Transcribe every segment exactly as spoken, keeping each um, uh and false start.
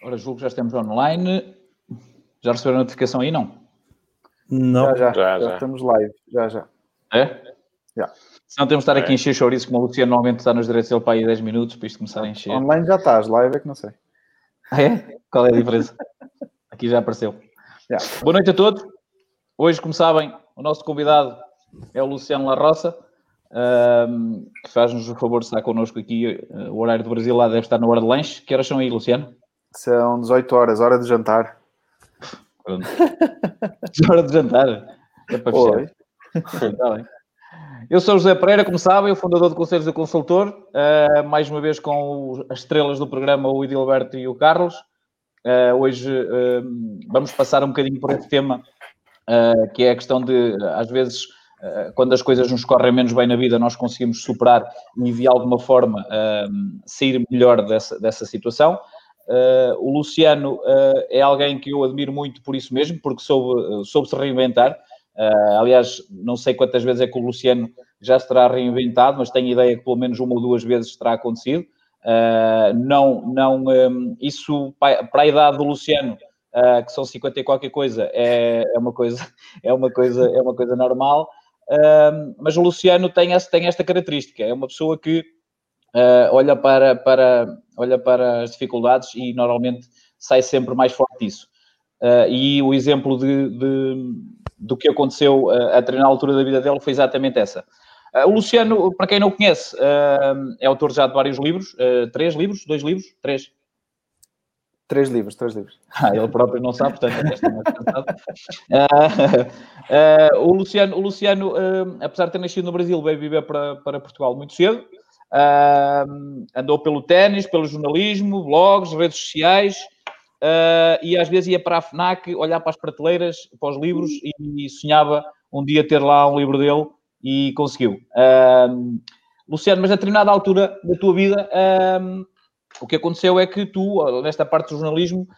Ora, julgo que já estamos online. Já receberam a notificação aí, não? Não. Já, já. Já, já, já. Estamos live. Já, já. É? Já. Se não temos de estar É. aqui a encher chouriço, como o Luciano normalmente está nos direitos dele para aí dez minutos, para isto começar a encher. Online já estás, live é que não sei. Ah, é? Qual é a diferença? Aqui já apareceu. Já. Boa noite a todos. Hoje, como sabem, o nosso convidado é o Luciano La Roça, um, que faz-nos o favor de estar connosco aqui. Uh, o horário do Brasil lá deve estar na hora de lanche. Que horas são aí, Luciano? São dezoito horas, hora de jantar. Pronto. Hora de jantar. É para fechar. Está bem. Eu sou o José Pereira, como sabem, o fundador do Conselhos do Consultor, uh, mais uma vez com os, as estrelas do programa, o Edilberto e o Carlos. Uh, hoje uh, vamos passar um bocadinho por esse tema, uh, que é a questão de, às vezes, uh, quando as coisas nos correm menos bem na vida, nós conseguimos superar e, de alguma forma, uh, sair melhor dessa, dessa situação. Uh, o Luciano uh, é alguém que eu admiro muito por isso mesmo, porque soube, soube se reinventar. Uh, aliás, não sei quantas vezes é que o Luciano já se terá reinventado, mas tenho ideia que pelo menos uma ou duas vezes terá acontecido. Uh, não, não, um, isso para a idade do Luciano, uh, que são cinquenta e qualquer coisa, é, é, uma coisa, é, uma coisa, é uma coisa normal. Uh, mas o Luciano tem, essa, tem esta característica, é uma pessoa que uh, olha, para, para, olha para as dificuldades e normalmente sai sempre mais forte disso. Uh, e o exemplo de, de, do que aconteceu uh, a determinada altura da vida dele foi exatamente essa. Uh, o Luciano, para quem não o conhece, uh, é autor já de vários livros, uh, três livros, dois livros, três. Três livros, três livros. Ah, ele próprio não sabe, portanto, até está mais cansado. Uh, uh, o Luciano, o Luciano uh, apesar de ter nascido no Brasil, veio viver para, para Portugal muito cedo. Uh, andou pelo ténis, pelo jornalismo, blogs, redes sociais. Uh, e às vezes ia para a FNAC, olhar para as prateleiras, para os livros e, e sonhava um dia ter lá um livro dele e conseguiu. Uh, Luciano, mas a determinada altura da tua vida, uh, o que aconteceu é que tu, nesta parte do jornalismo,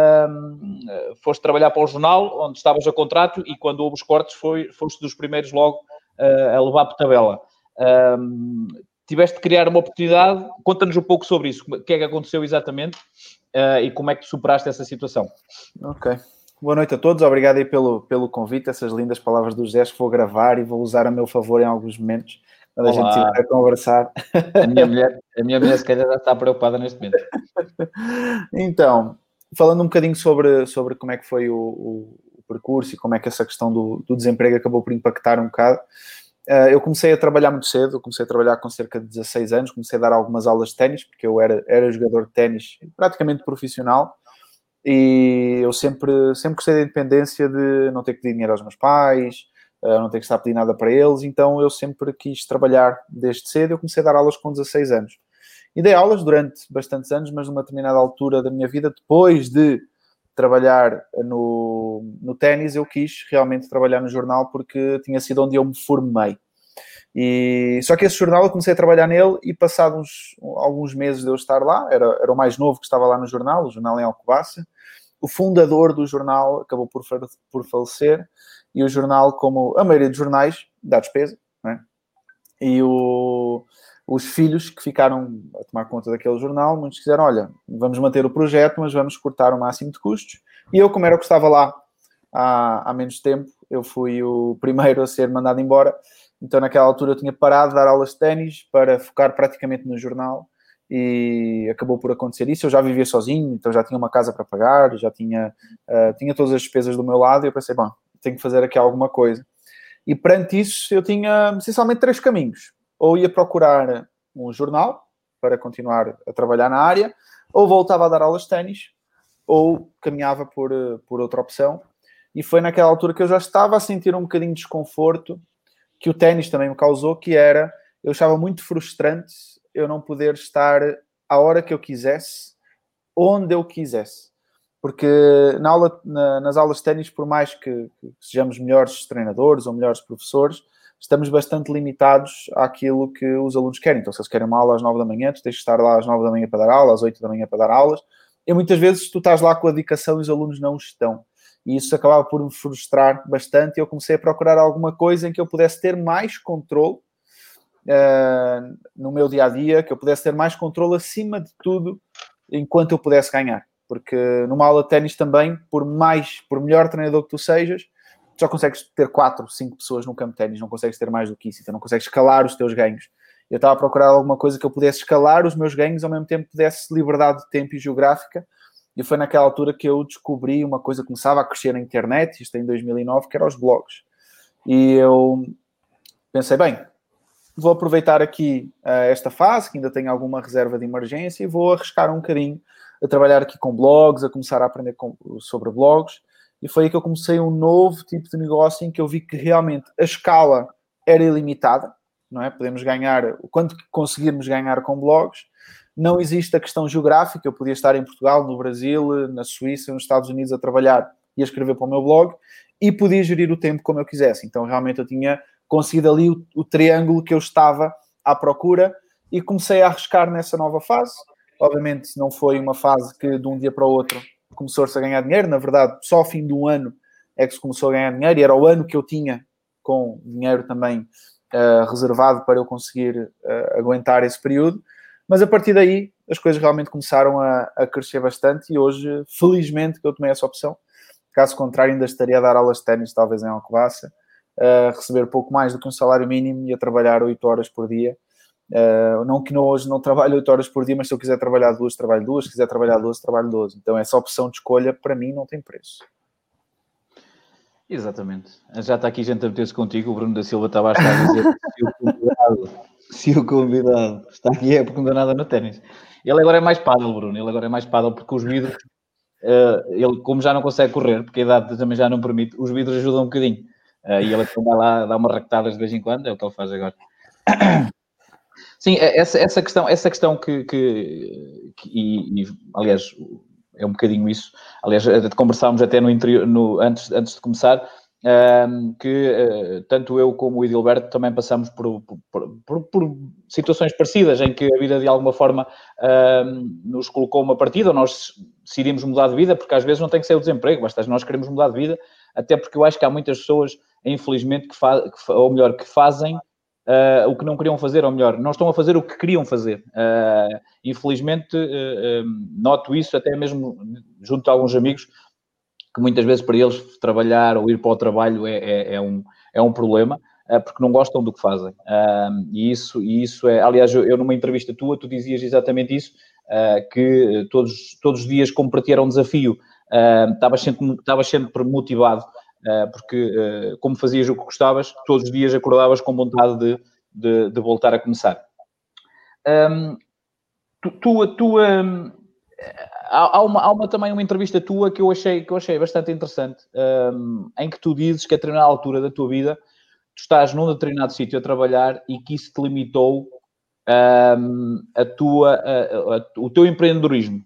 uh, foste trabalhar para o jornal, onde estavas a contrato e quando houve os cortes foi, foste dos primeiros logo uh, a levar por tabela. Uh, tiveste de criar uma oportunidade, conta-nos um pouco sobre isso, o que é que aconteceu exatamente uh, e como é que tu superaste essa situação. Ok. Boa noite a todos, obrigado aí pelo, pelo convite, essas lindas palavras do José que vou gravar e vou usar a meu favor em alguns momentos, quando Olá. a gente estiver a conversar. A minha mulher, a minha mulher se calhar já está preocupada neste momento. Então, falando um bocadinho sobre, sobre como é que foi o, o, o percurso e como é que essa questão do, do desemprego acabou por impactar um bocado. Uh, eu comecei a trabalhar muito cedo, comecei a trabalhar com cerca de dezasseis anos, comecei a dar algumas aulas de ténis, porque eu era, era jogador de ténis praticamente profissional, e eu sempre, sempre gostei da independência de não ter que pedir dinheiro aos meus pais, uh, não ter que estar a pedir nada para eles, então eu sempre quis trabalhar desde cedo. Eu comecei a dar aulas com dezasseis anos. E dei aulas durante bastantes anos, mas numa determinada altura da minha vida, depois de trabalhar no, no ténis, eu quis realmente trabalhar no jornal porque tinha sido onde eu me formei. E, só que esse jornal eu comecei a trabalhar nele e passados alguns meses de eu estar lá, era, era o mais novo que estava lá no jornal, o jornal em Alcobaça. O fundador do jornal acabou por, por falecer e o jornal, como a maioria dos jornais, dá despesa, não é? E o... os filhos que ficaram a tomar conta daquele jornal, muitos quiseram, olha, vamos manter o projeto, mas vamos cortar o máximo de custos. E eu, como era o que estava lá há, há menos tempo, eu fui o primeiro a ser mandado embora. Então, naquela altura, eu tinha parado de dar aulas de ténis para focar praticamente no jornal e acabou por acontecer isso. Eu já vivia sozinho, então já tinha uma casa para pagar, já tinha, uh, tinha todas as despesas do meu lado e eu pensei, bom, tenho que fazer aqui alguma coisa. E perante isso, eu tinha essencialmente três caminhos. Ou ia procurar um jornal para continuar a trabalhar na área, ou voltava a dar aulas de ténis, ou caminhava por, por outra opção. E foi naquela altura que eu já estava a sentir um bocadinho de desconforto, que o ténis também me causou, que era, eu achava muito frustrante eu não poder estar à hora que eu quisesse, onde eu quisesse. Porque na aula, na, nas aulas de ténis, por mais que, que sejamos melhores treinadores ou melhores professores, estamos bastante limitados àquilo que os alunos querem. Então, se eles querem uma aula às nove da manhã, tu tens de estar lá às nove da manhã para dar aula, às oito da manhã para dar aulas. E muitas vezes tu estás lá com a dedicação e os alunos não estão. E isso acabava por me frustrar bastante. E eu comecei a procurar alguma coisa em que eu pudesse ter mais controle uh, no meu dia-a-dia, que eu pudesse ter mais controle acima de tudo, enquanto eu pudesse ganhar. porque numa aula de ténis também, por mais, por melhor treinador que tu sejas, só consegues ter quatro, cinco pessoas no campo de ténis, não consegues ter mais do que isso, então não consegues escalar os teus ganhos. Eu estava a procurar alguma coisa que eu pudesse escalar os meus ganhos, ao mesmo tempo que pudesse liberdade de tempo e geográfica, e foi naquela altura que eu descobri uma coisa que começava a crescer na internet, isto em dois mil e nove, que eram os blogs. E eu pensei, bem, vou aproveitar aqui uh, esta fase, que ainda tenho alguma reserva de emergência, e vou arriscar um bocadinho a trabalhar aqui com blogs, a começar a aprender com, sobre blogs. E foi aí que eu comecei um novo tipo de negócio em que eu vi que realmente a escala era ilimitada, não é? Podemos ganhar o quanto conseguirmos ganhar com blogs. Não existe a questão geográfica. Eu podia estar em Portugal, no Brasil, na Suíça, nos Estados Unidos a trabalhar e a escrever para o meu blog e podia gerir o tempo como eu quisesse. Então, realmente, eu tinha conseguido ali o, o triângulo que eu estava à procura e comecei a arriscar nessa nova fase. Obviamente, não foi uma fase que de um dia para o outro começou-se a ganhar dinheiro. Na verdade, só ao fim de um ano é que se começou a ganhar dinheiro e era o ano que eu tinha com dinheiro também uh, reservado para eu conseguir uh, aguentar esse período. Mas a partir daí, as coisas realmente começaram a, a crescer bastante e hoje, felizmente, que eu tomei essa opção. Caso contrário, ainda estaria a dar aulas de ténis, talvez em Alcobaça, a receber pouco mais do que um salário mínimo e a trabalhar oito horas por dia. Uh, não que não, hoje não trabalho oito horas por dia, mas se eu quiser trabalhar duas, trabalho duas. Se quiser trabalhar doze, trabalho doze. Então essa opção de escolha, para mim, não tem preço. Exatamente. Já está aqui gente a meter-se contigo. O Bruno da Silva estava a estar a dizer se o convidado, se o convidado está aqui é porque não dá nada no ténis. Ele agora é mais pádel, Bruno. Ele agora é mais pádel porque os vidros, uh, ele como já não consegue correr, porque a idade também já não permite, os vidros ajudam um bocadinho. Uh, e ele vai lá dar umas rectadas de vez em quando, é o que ele faz agora. Sim, essa, essa questão, essa questão que, que, que e, e, aliás, é um bocadinho isso. Aliás, conversámos até no interior, no, antes, antes de começar, um, que uh, tanto eu como o Edilberto também passamos por, por, por, por situações parecidas, em que a vida de alguma forma um, nos colocou uma partida, ou nós decidimos mudar de vida, porque às vezes não tem que ser o desemprego, basta nós queremos mudar de vida, até porque eu acho que há muitas pessoas, infelizmente, que, fa, que ou melhor, que fazem Uh, o que não queriam fazer, ou melhor, não estão a fazer o que queriam fazer. Uh, infelizmente, uh, um, noto isso até mesmo junto a alguns amigos, que muitas vezes para eles trabalhar ou ir para o trabalho é, é, é, um, é um problema, uh, porque não gostam do que fazem. Uh, e, isso, e isso é... Aliás, eu, eu numa entrevista tua, tu dizias exatamente isso, uh, que todos, todos os dias, como para ti era um desafio, uh, estavas sempre, estavas sempre motivado, Uh, porque, uh, como fazias o que gostavas, todos os dias acordavas com vontade de, de, de voltar a começar. Um, tu, tu, tu um, há, há, uma, há uma, também uma entrevista tua que eu achei, que eu achei bastante interessante, um, em que tu dizes que a determinada altura da tua vida, tu estás num determinado sítio a trabalhar e que isso te limitou um, a tua, a, a, o teu empreendedorismo.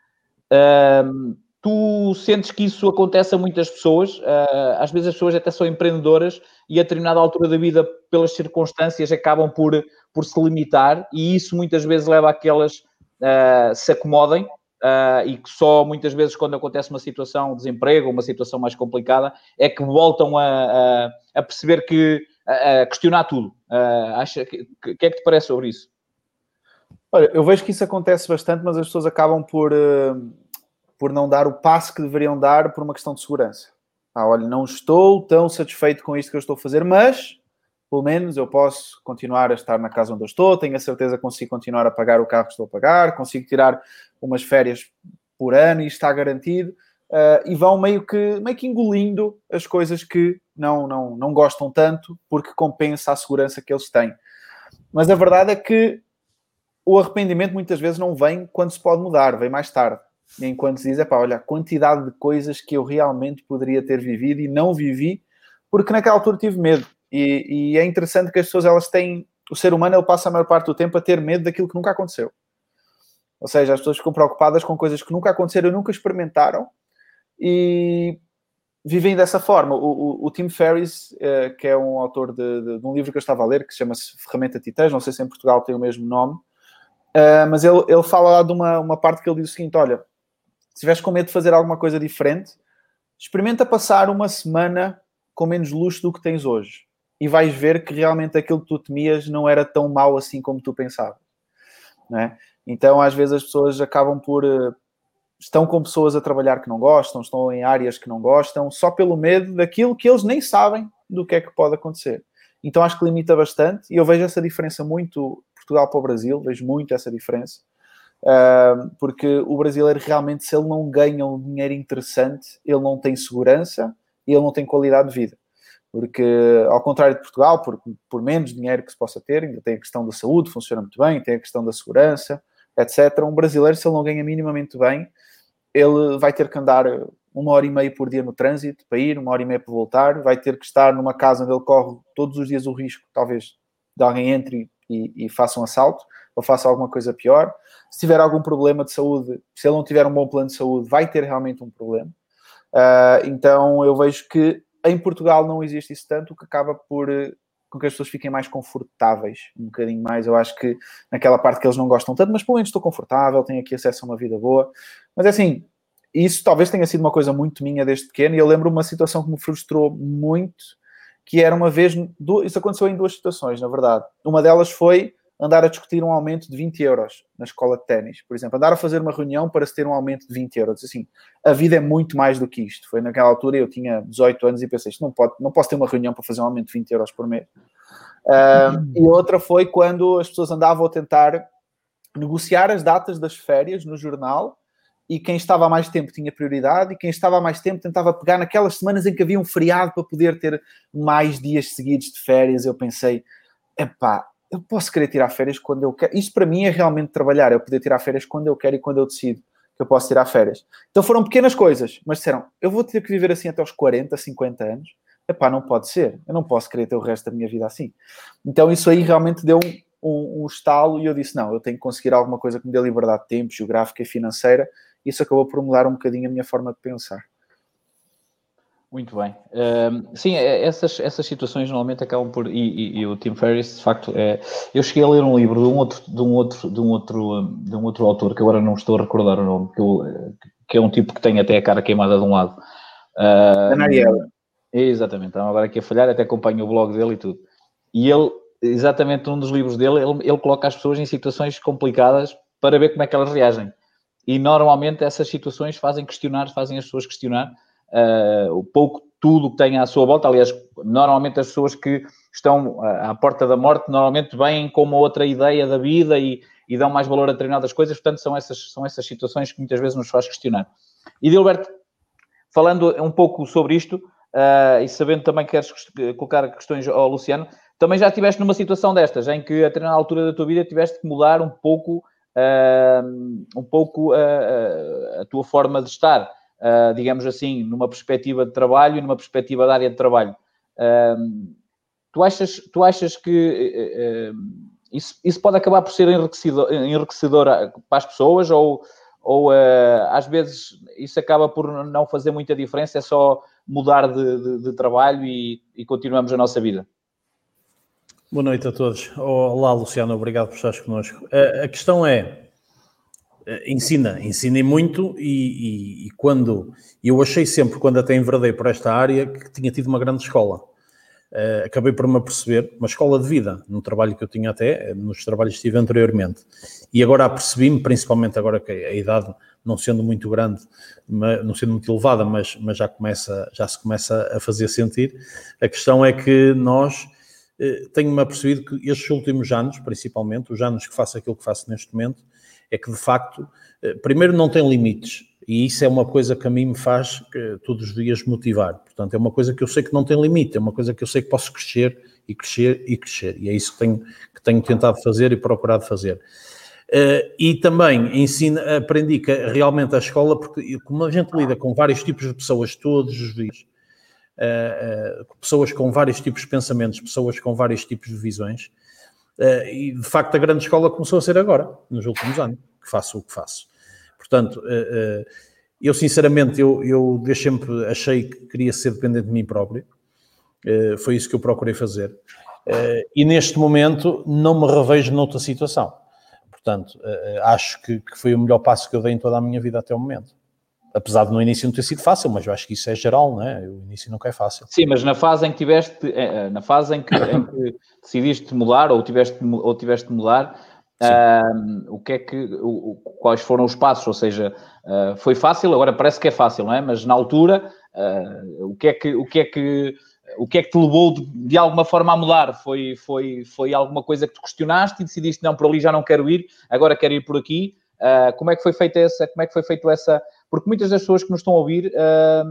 Um, Tu sentes que isso acontece a muitas pessoas? Uh, às vezes as pessoas até são empreendedoras e a determinada altura da vida, pelas circunstâncias, acabam por, por se limitar e isso muitas vezes leva a que elas uh, se acomodem uh, e que só muitas vezes quando acontece uma situação de desemprego, uma situação mais complicada, é que voltam a, a, a perceber que, a, a questionar tudo. Uh, acha que, que, que é que te parece sobre isso? Olha, eu vejo que isso acontece bastante, mas as pessoas acabam por... Uh... por não dar o passo que deveriam dar por uma questão de segurança. Ah, olha, não estou tão satisfeito com isto que eu estou a fazer, mas, pelo menos, eu posso continuar a estar na casa onde eu estou, tenho a certeza que consigo continuar a pagar o carro que estou a pagar, consigo tirar umas férias por ano e está garantido, uh, e vão meio que, meio que engolindo as coisas que não, não, não gostam tanto, porque compensa a segurança que eles têm. Mas a verdade é que o arrependimento muitas vezes não vem quando se pode mudar, vem mais tarde. Enquanto se diz, é pá, olha, a quantidade de coisas que eu realmente poderia ter vivido e não vivi, porque naquela altura tive medo. E, e é interessante que as pessoas, elas têm... O ser humano, ele passa a maior parte do tempo a ter medo daquilo que nunca aconteceu. Ou seja, as pessoas ficam preocupadas com coisas que nunca aconteceram e nunca experimentaram e vivem dessa forma. O, o, o Tim Ferriss, uh, que é um autor de, de, de um livro que eu estava a ler, que se chama-se Ferramenta Titãs, não sei se em Portugal tem o mesmo nome, uh, mas ele, ele fala lá de uma, uma parte que ele diz o seguinte, olha, se estiveres com medo de fazer alguma coisa diferente, experimenta passar uma semana com menos luxo do que tens hoje. E vais ver que realmente aquilo que tu temias não era tão mau assim como tu pensavas. Não é? Então, às vezes, as pessoas acabam por, estão com pessoas a trabalhar que não gostam, estão em áreas que não gostam, só pelo medo daquilo que eles nem sabem do que é que pode acontecer. Então acho que limita bastante, e eu vejo essa diferença muito, Portugal para o Brasil, vejo muito essa diferença, uh, porque o brasileiro realmente, se ele não ganha um dinheiro interessante, ele não tem segurança e ele não tem qualidade de vida. Porque, ao contrário de Portugal, por, por menos dinheiro que se possa ter, ainda tem a questão da saúde, funciona muito bem, tem a questão da segurança, etcétera. Um brasileiro, se ele não ganha minimamente bem, ele vai ter que andar uma hora e meia por dia no trânsito para ir, uma hora e meia para voltar, vai ter que estar numa casa onde ele corre todos os dias o risco, talvez, de alguém entre e, e faça um assalto, ou faça alguma coisa pior. Se tiver algum problema de saúde, se ele não tiver um bom plano de saúde, vai ter realmente um problema. Uh, então, eu vejo que em Portugal não existe isso tanto, o que acaba por com que as pessoas fiquem mais confortáveis, um bocadinho mais, eu acho que naquela parte que eles não gostam tanto, mas pelo menos estou confortável, tenho aqui acesso a uma vida boa. Mas assim, isso talvez tenha sido uma coisa muito minha desde pequeno, e eu lembro uma situação que me frustrou muito, que era uma vez, isso aconteceu em duas situações, na verdade. Uma delas foi andar a discutir um aumento de vinte euros na escola de ténis, por exemplo, andar a fazer uma reunião para se ter um aumento de vinte euros. Assim, a vida é muito mais do que isto. Foi naquela altura, eu tinha dezoito anos e pensei, isto não, pode, não posso ter uma reunião para fazer um aumento de vinte euros por mês. Uh, e outra foi quando as pessoas andavam a tentar negociar as datas das férias no jornal, e quem estava há mais tempo tinha prioridade, e quem estava há mais tempo tentava pegar naquelas semanas em que havia um feriado para poder ter mais dias seguidos de férias. Eu pensei, epá, eu posso querer tirar férias quando eu quero. Isto para mim é realmente trabalhar, eu poder tirar férias quando eu quero e quando eu decido que eu posso tirar férias. Então foram pequenas coisas, mas disseram, eu vou ter que viver assim até aos quarenta, cinquenta anos. Epá, não pode ser. Eu não posso querer ter o resto da minha vida assim. Então isso aí realmente deu um, um, um estalo, e eu disse, não, eu tenho que conseguir alguma coisa que me dê liberdade de tempo, geográfica e financeira. Isso acabou por mudar um bocadinho a minha forma de pensar. Muito bem. Um, sim, essas, essas situações normalmente acabam por... E, e, e o Tim Ferriss, de facto, é... Eu cheguei a ler um livro de um outro, de um outro, de um outro, de um outro autor, que agora não estou a recordar o nome, que, eu, que é um tipo que tem até a cara queimada de um lado. Uh, Daniela. Exatamente. Então, agora aqui a falhar, até acompanho o blog dele e tudo. E ele, exatamente num dos livros dele, ele, ele coloca as pessoas em situações complicadas para ver como é que elas reagem. E, normalmente, essas situações fazem questionar, fazem as pessoas questionar Uh, o pouco, tudo que têm à sua volta. Aliás, normalmente as pessoas que estão à porta da morte, normalmente vêm com uma outra ideia da vida e, e dão mais valor a determinadas coisas. Portanto, são essas, são essas situações que muitas vezes nos faz questionar. E, Dilberto, falando um pouco sobre isto, uh, e sabendo também que queres colocar questões ao Luciano, também já estiveste numa situação destas, em que a determinada altura da tua vida tiveste que mudar um pouco, uh, um pouco uh, a tua forma de estar. Uh, digamos assim, numa perspectiva de trabalho e numa perspectiva da área de trabalho. Uh, tu, achas, tu achas que uh, uh, isso, isso pode acabar por ser enriquecedor, enriquecedor para as pessoas, ou, ou uh, às vezes isso acaba por não fazer muita diferença, é só mudar de, de, de trabalho e, e continuamos a nossa vida? Boa noite a todos. Olá, Luciano, obrigado por estares connosco. A, a questão é, ensina, ensina muito, e, e, e quando, eu achei sempre, quando até enverdei por esta área, que tinha tido uma grande escola. Uh, acabei por me aperceber, uma escola de vida, no trabalho que eu tinha até, nos trabalhos que estive anteriormente. E agora apercebi-me, principalmente agora que a idade, não sendo muito grande, não sendo muito elevada, mas, mas já, começa, já se começa a fazer sentir, a questão é que nós, uh, tenho-me apercebido que estes últimos anos, principalmente, os anos que faço aquilo que faço neste momento, é que, de facto, primeiro não tem limites, e isso é uma coisa que a mim me faz todos os dias motivar. Portanto, é uma coisa que eu sei que não tem limite, é uma coisa que eu sei que posso crescer e crescer e crescer, e é isso que tenho, que tenho tentado fazer e procurado fazer. E também ensino, aprendi que realmente a escola, porque como a gente lida com vários tipos de pessoas todos os dias, pessoas com vários tipos de pensamentos, pessoas com vários tipos de visões, Uh, e de facto a grande escola começou a ser agora, nos últimos anos, que faço o que faço. Portanto, uh, uh, eu sinceramente, eu, eu desde sempre achei que queria ser dependente de mim próprio, uh, foi isso que eu procurei fazer, uh, e neste momento não me revejo noutra situação. Portanto, uh, acho que, que foi o melhor passo que eu dei em toda a minha vida até o momento. Apesar de no início não ter sido fácil, mas eu acho que isso é geral, não é? O início nunca é fácil. Sim, mas na fase em que tiveste, na fase em que, em que decidiste mudar, ou tiveste, ou tiveste de mudar, Uh, o que é que, o, o, quais foram os passos? Ou seja, uh, foi fácil, agora parece que é fácil, não é? Mas na altura, uh, o que é que, o que é que, o que é que te levou de, de alguma forma a mudar? Foi, foi, foi alguma coisa que te questionaste e decidiste, não, por ali já não quero ir, agora quero ir por aqui. Uh, como é que foi feita essa, como é que foi feito essa? Porque muitas das pessoas que nos estão a ouvir, uh,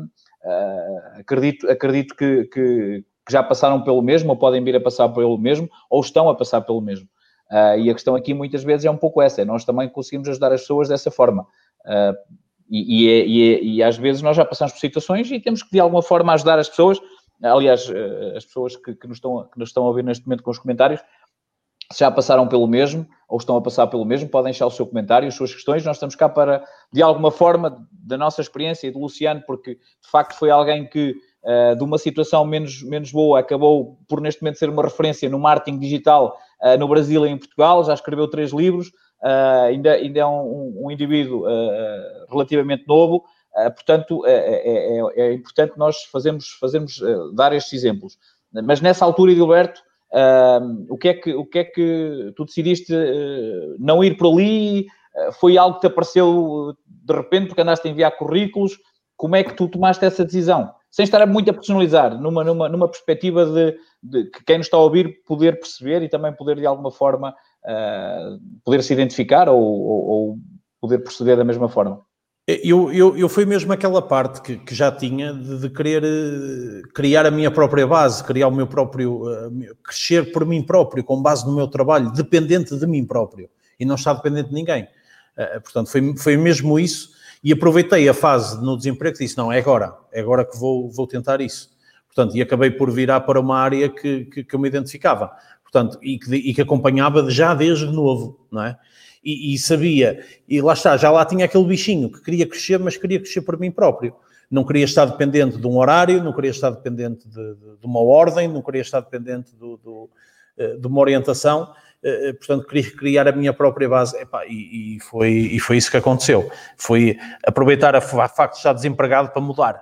uh, acredito, acredito que, que, que já passaram pelo mesmo, ou podem vir a passar pelo mesmo, ou estão a passar pelo mesmo. Uh, e a questão aqui muitas vezes é um pouco essa, nós também conseguimos ajudar as pessoas dessa forma. Uh, e, e, e, e às vezes nós já passamos por situações e temos que de alguma forma ajudar as pessoas. Aliás, uh, as pessoas que, que, nos estão, que nos estão a ouvir neste momento com os comentários, se já passaram pelo mesmo ou estão a passar pelo mesmo, podem deixar o seu comentário, as suas questões. Nós estamos cá para, de alguma forma, da nossa experiência e do Luciano, porque de facto foi alguém que Uh, de uma situação menos, menos boa, acabou por neste momento ser uma referência no marketing digital uh, no Brasil e em Portugal, já escreveu três livros, uh, ainda, ainda é um, um indivíduo uh, relativamente novo, uh, portanto é, é, é importante nós fazermos, fazermos uh, dar estes exemplos. Mas nessa altura, Edilberto, uh, o, que é que, o que é que tu decidiste uh, não ir por ali? Uh, foi algo que te apareceu de repente porque andaste a enviar currículos? Como é que tu tomaste essa decisão? Sem estar muito a personalizar, numa, numa, numa perspectiva de, de que quem nos está a ouvir poder perceber e também poder, de alguma forma, uh, poder se identificar ou, ou, ou poder proceder da mesma forma. Eu, eu, eu fui mesmo aquela parte que, que já tinha de, de querer uh, criar a minha própria base, criar o meu próprio, uh, crescer por mim próprio, com base no meu trabalho, dependente de mim próprio, e não estar dependente de ninguém. Uh, portanto, foi, foi mesmo isso. E aproveitei a fase no desemprego e disse, não, é agora, é agora que vou, vou tentar isso. Portanto, e acabei por virar para uma área que, que, que eu me identificava. Portanto, e que, e que acompanhava já desde novo, não é? E, e sabia, e lá está, já lá tinha aquele bichinho que queria crescer, mas queria crescer por mim próprio. Não queria estar dependente de um horário, não queria estar dependente de, de, de uma ordem, não queria estar dependente do, do, de uma orientação. Uh, portanto, queria criar a minha própria base. Epá, e, e, foi, e foi isso que aconteceu. Foi aproveitar a facto de estar desempregado para mudar.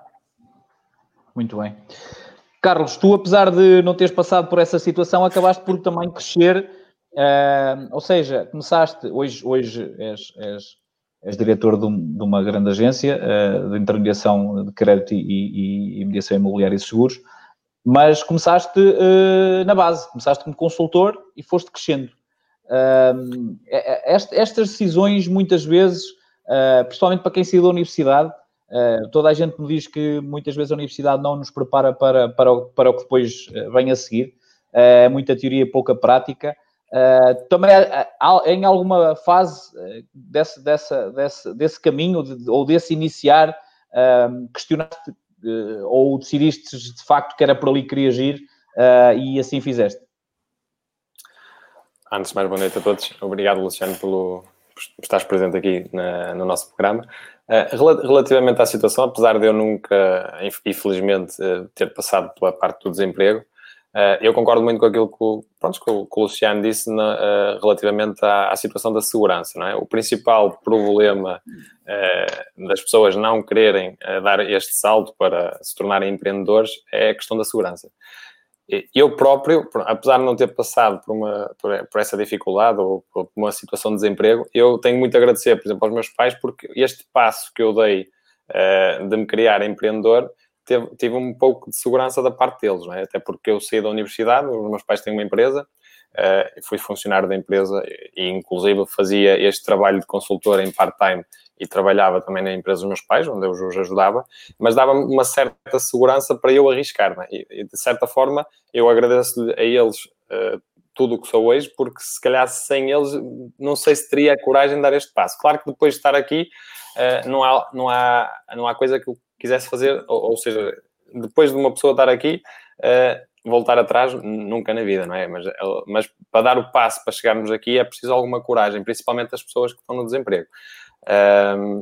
Muito bem. Carlos, tu, apesar de não teres passado por essa situação, acabaste por também crescer. Uh, ou seja, começaste... Hoje, hoje és, és, és diretor de, um, de uma grande agência uh, de intermediação de crédito e, e, e mediação imobiliária e seguros. Mas começaste uh, na base, começaste como consultor e foste crescendo. Uh, est, estas decisões, muitas vezes, uh, principalmente para quem saiu da universidade, uh, toda a gente me diz que muitas vezes a universidade não nos prepara para, para, o, para o que depois vem a seguir. Uh, muita teoria, pouca prática. Uh, também há, em alguma fase desse, dessa, desse, desse caminho de, ou desse iniciar, uh, questionaste Uh, ou decidiste de facto que era por ali que querias ir uh, e assim fizeste? Antes de mais, boa noite a todos. Obrigado, Luciano, pelo, por estares presente aqui na, no nosso programa. Uh, relativamente à situação, apesar de eu nunca, infelizmente, uh, ter passado pela parte do desemprego, uh, eu concordo muito com aquilo que o, pronto, que o, que o Luciano disse na, uh, relativamente à, à situação da segurança, não é? O principal problema uh, das pessoas não quererem uh, dar este salto para se tornarem empreendedores é a questão da segurança. Eu próprio, apesar de não ter passado por, uma, por, por essa dificuldade ou por uma situação de desemprego, eu tenho muito a agradecer, por exemplo, aos meus pais, porque este passo que eu dei uh, de me criar empreendedor, teve, tive um pouco de segurança da parte deles, não é? Até porque eu saí da universidade, os meus pais têm uma empresa, uh, fui funcionário da empresa e, inclusive, fazia este trabalho de consultor em part-time e trabalhava também na empresa dos meus pais, onde eu os ajudava, mas dava-me uma certa segurança para eu arriscar, né? E, e, de certa forma, eu agradeço a eles uh, tudo o que sou hoje, porque se calhar sem eles, não sei se teria a coragem de dar este passo. Claro que depois de estar aqui, uh, não, há, não, há, não há coisa que eu quisesse fazer, ou, ou seja, depois de uma pessoa estar aqui, uh, voltar atrás, nunca na vida, não é? Mas, mas para dar o passo, para chegarmos aqui, é preciso alguma coragem, principalmente as pessoas que estão no desemprego. Um,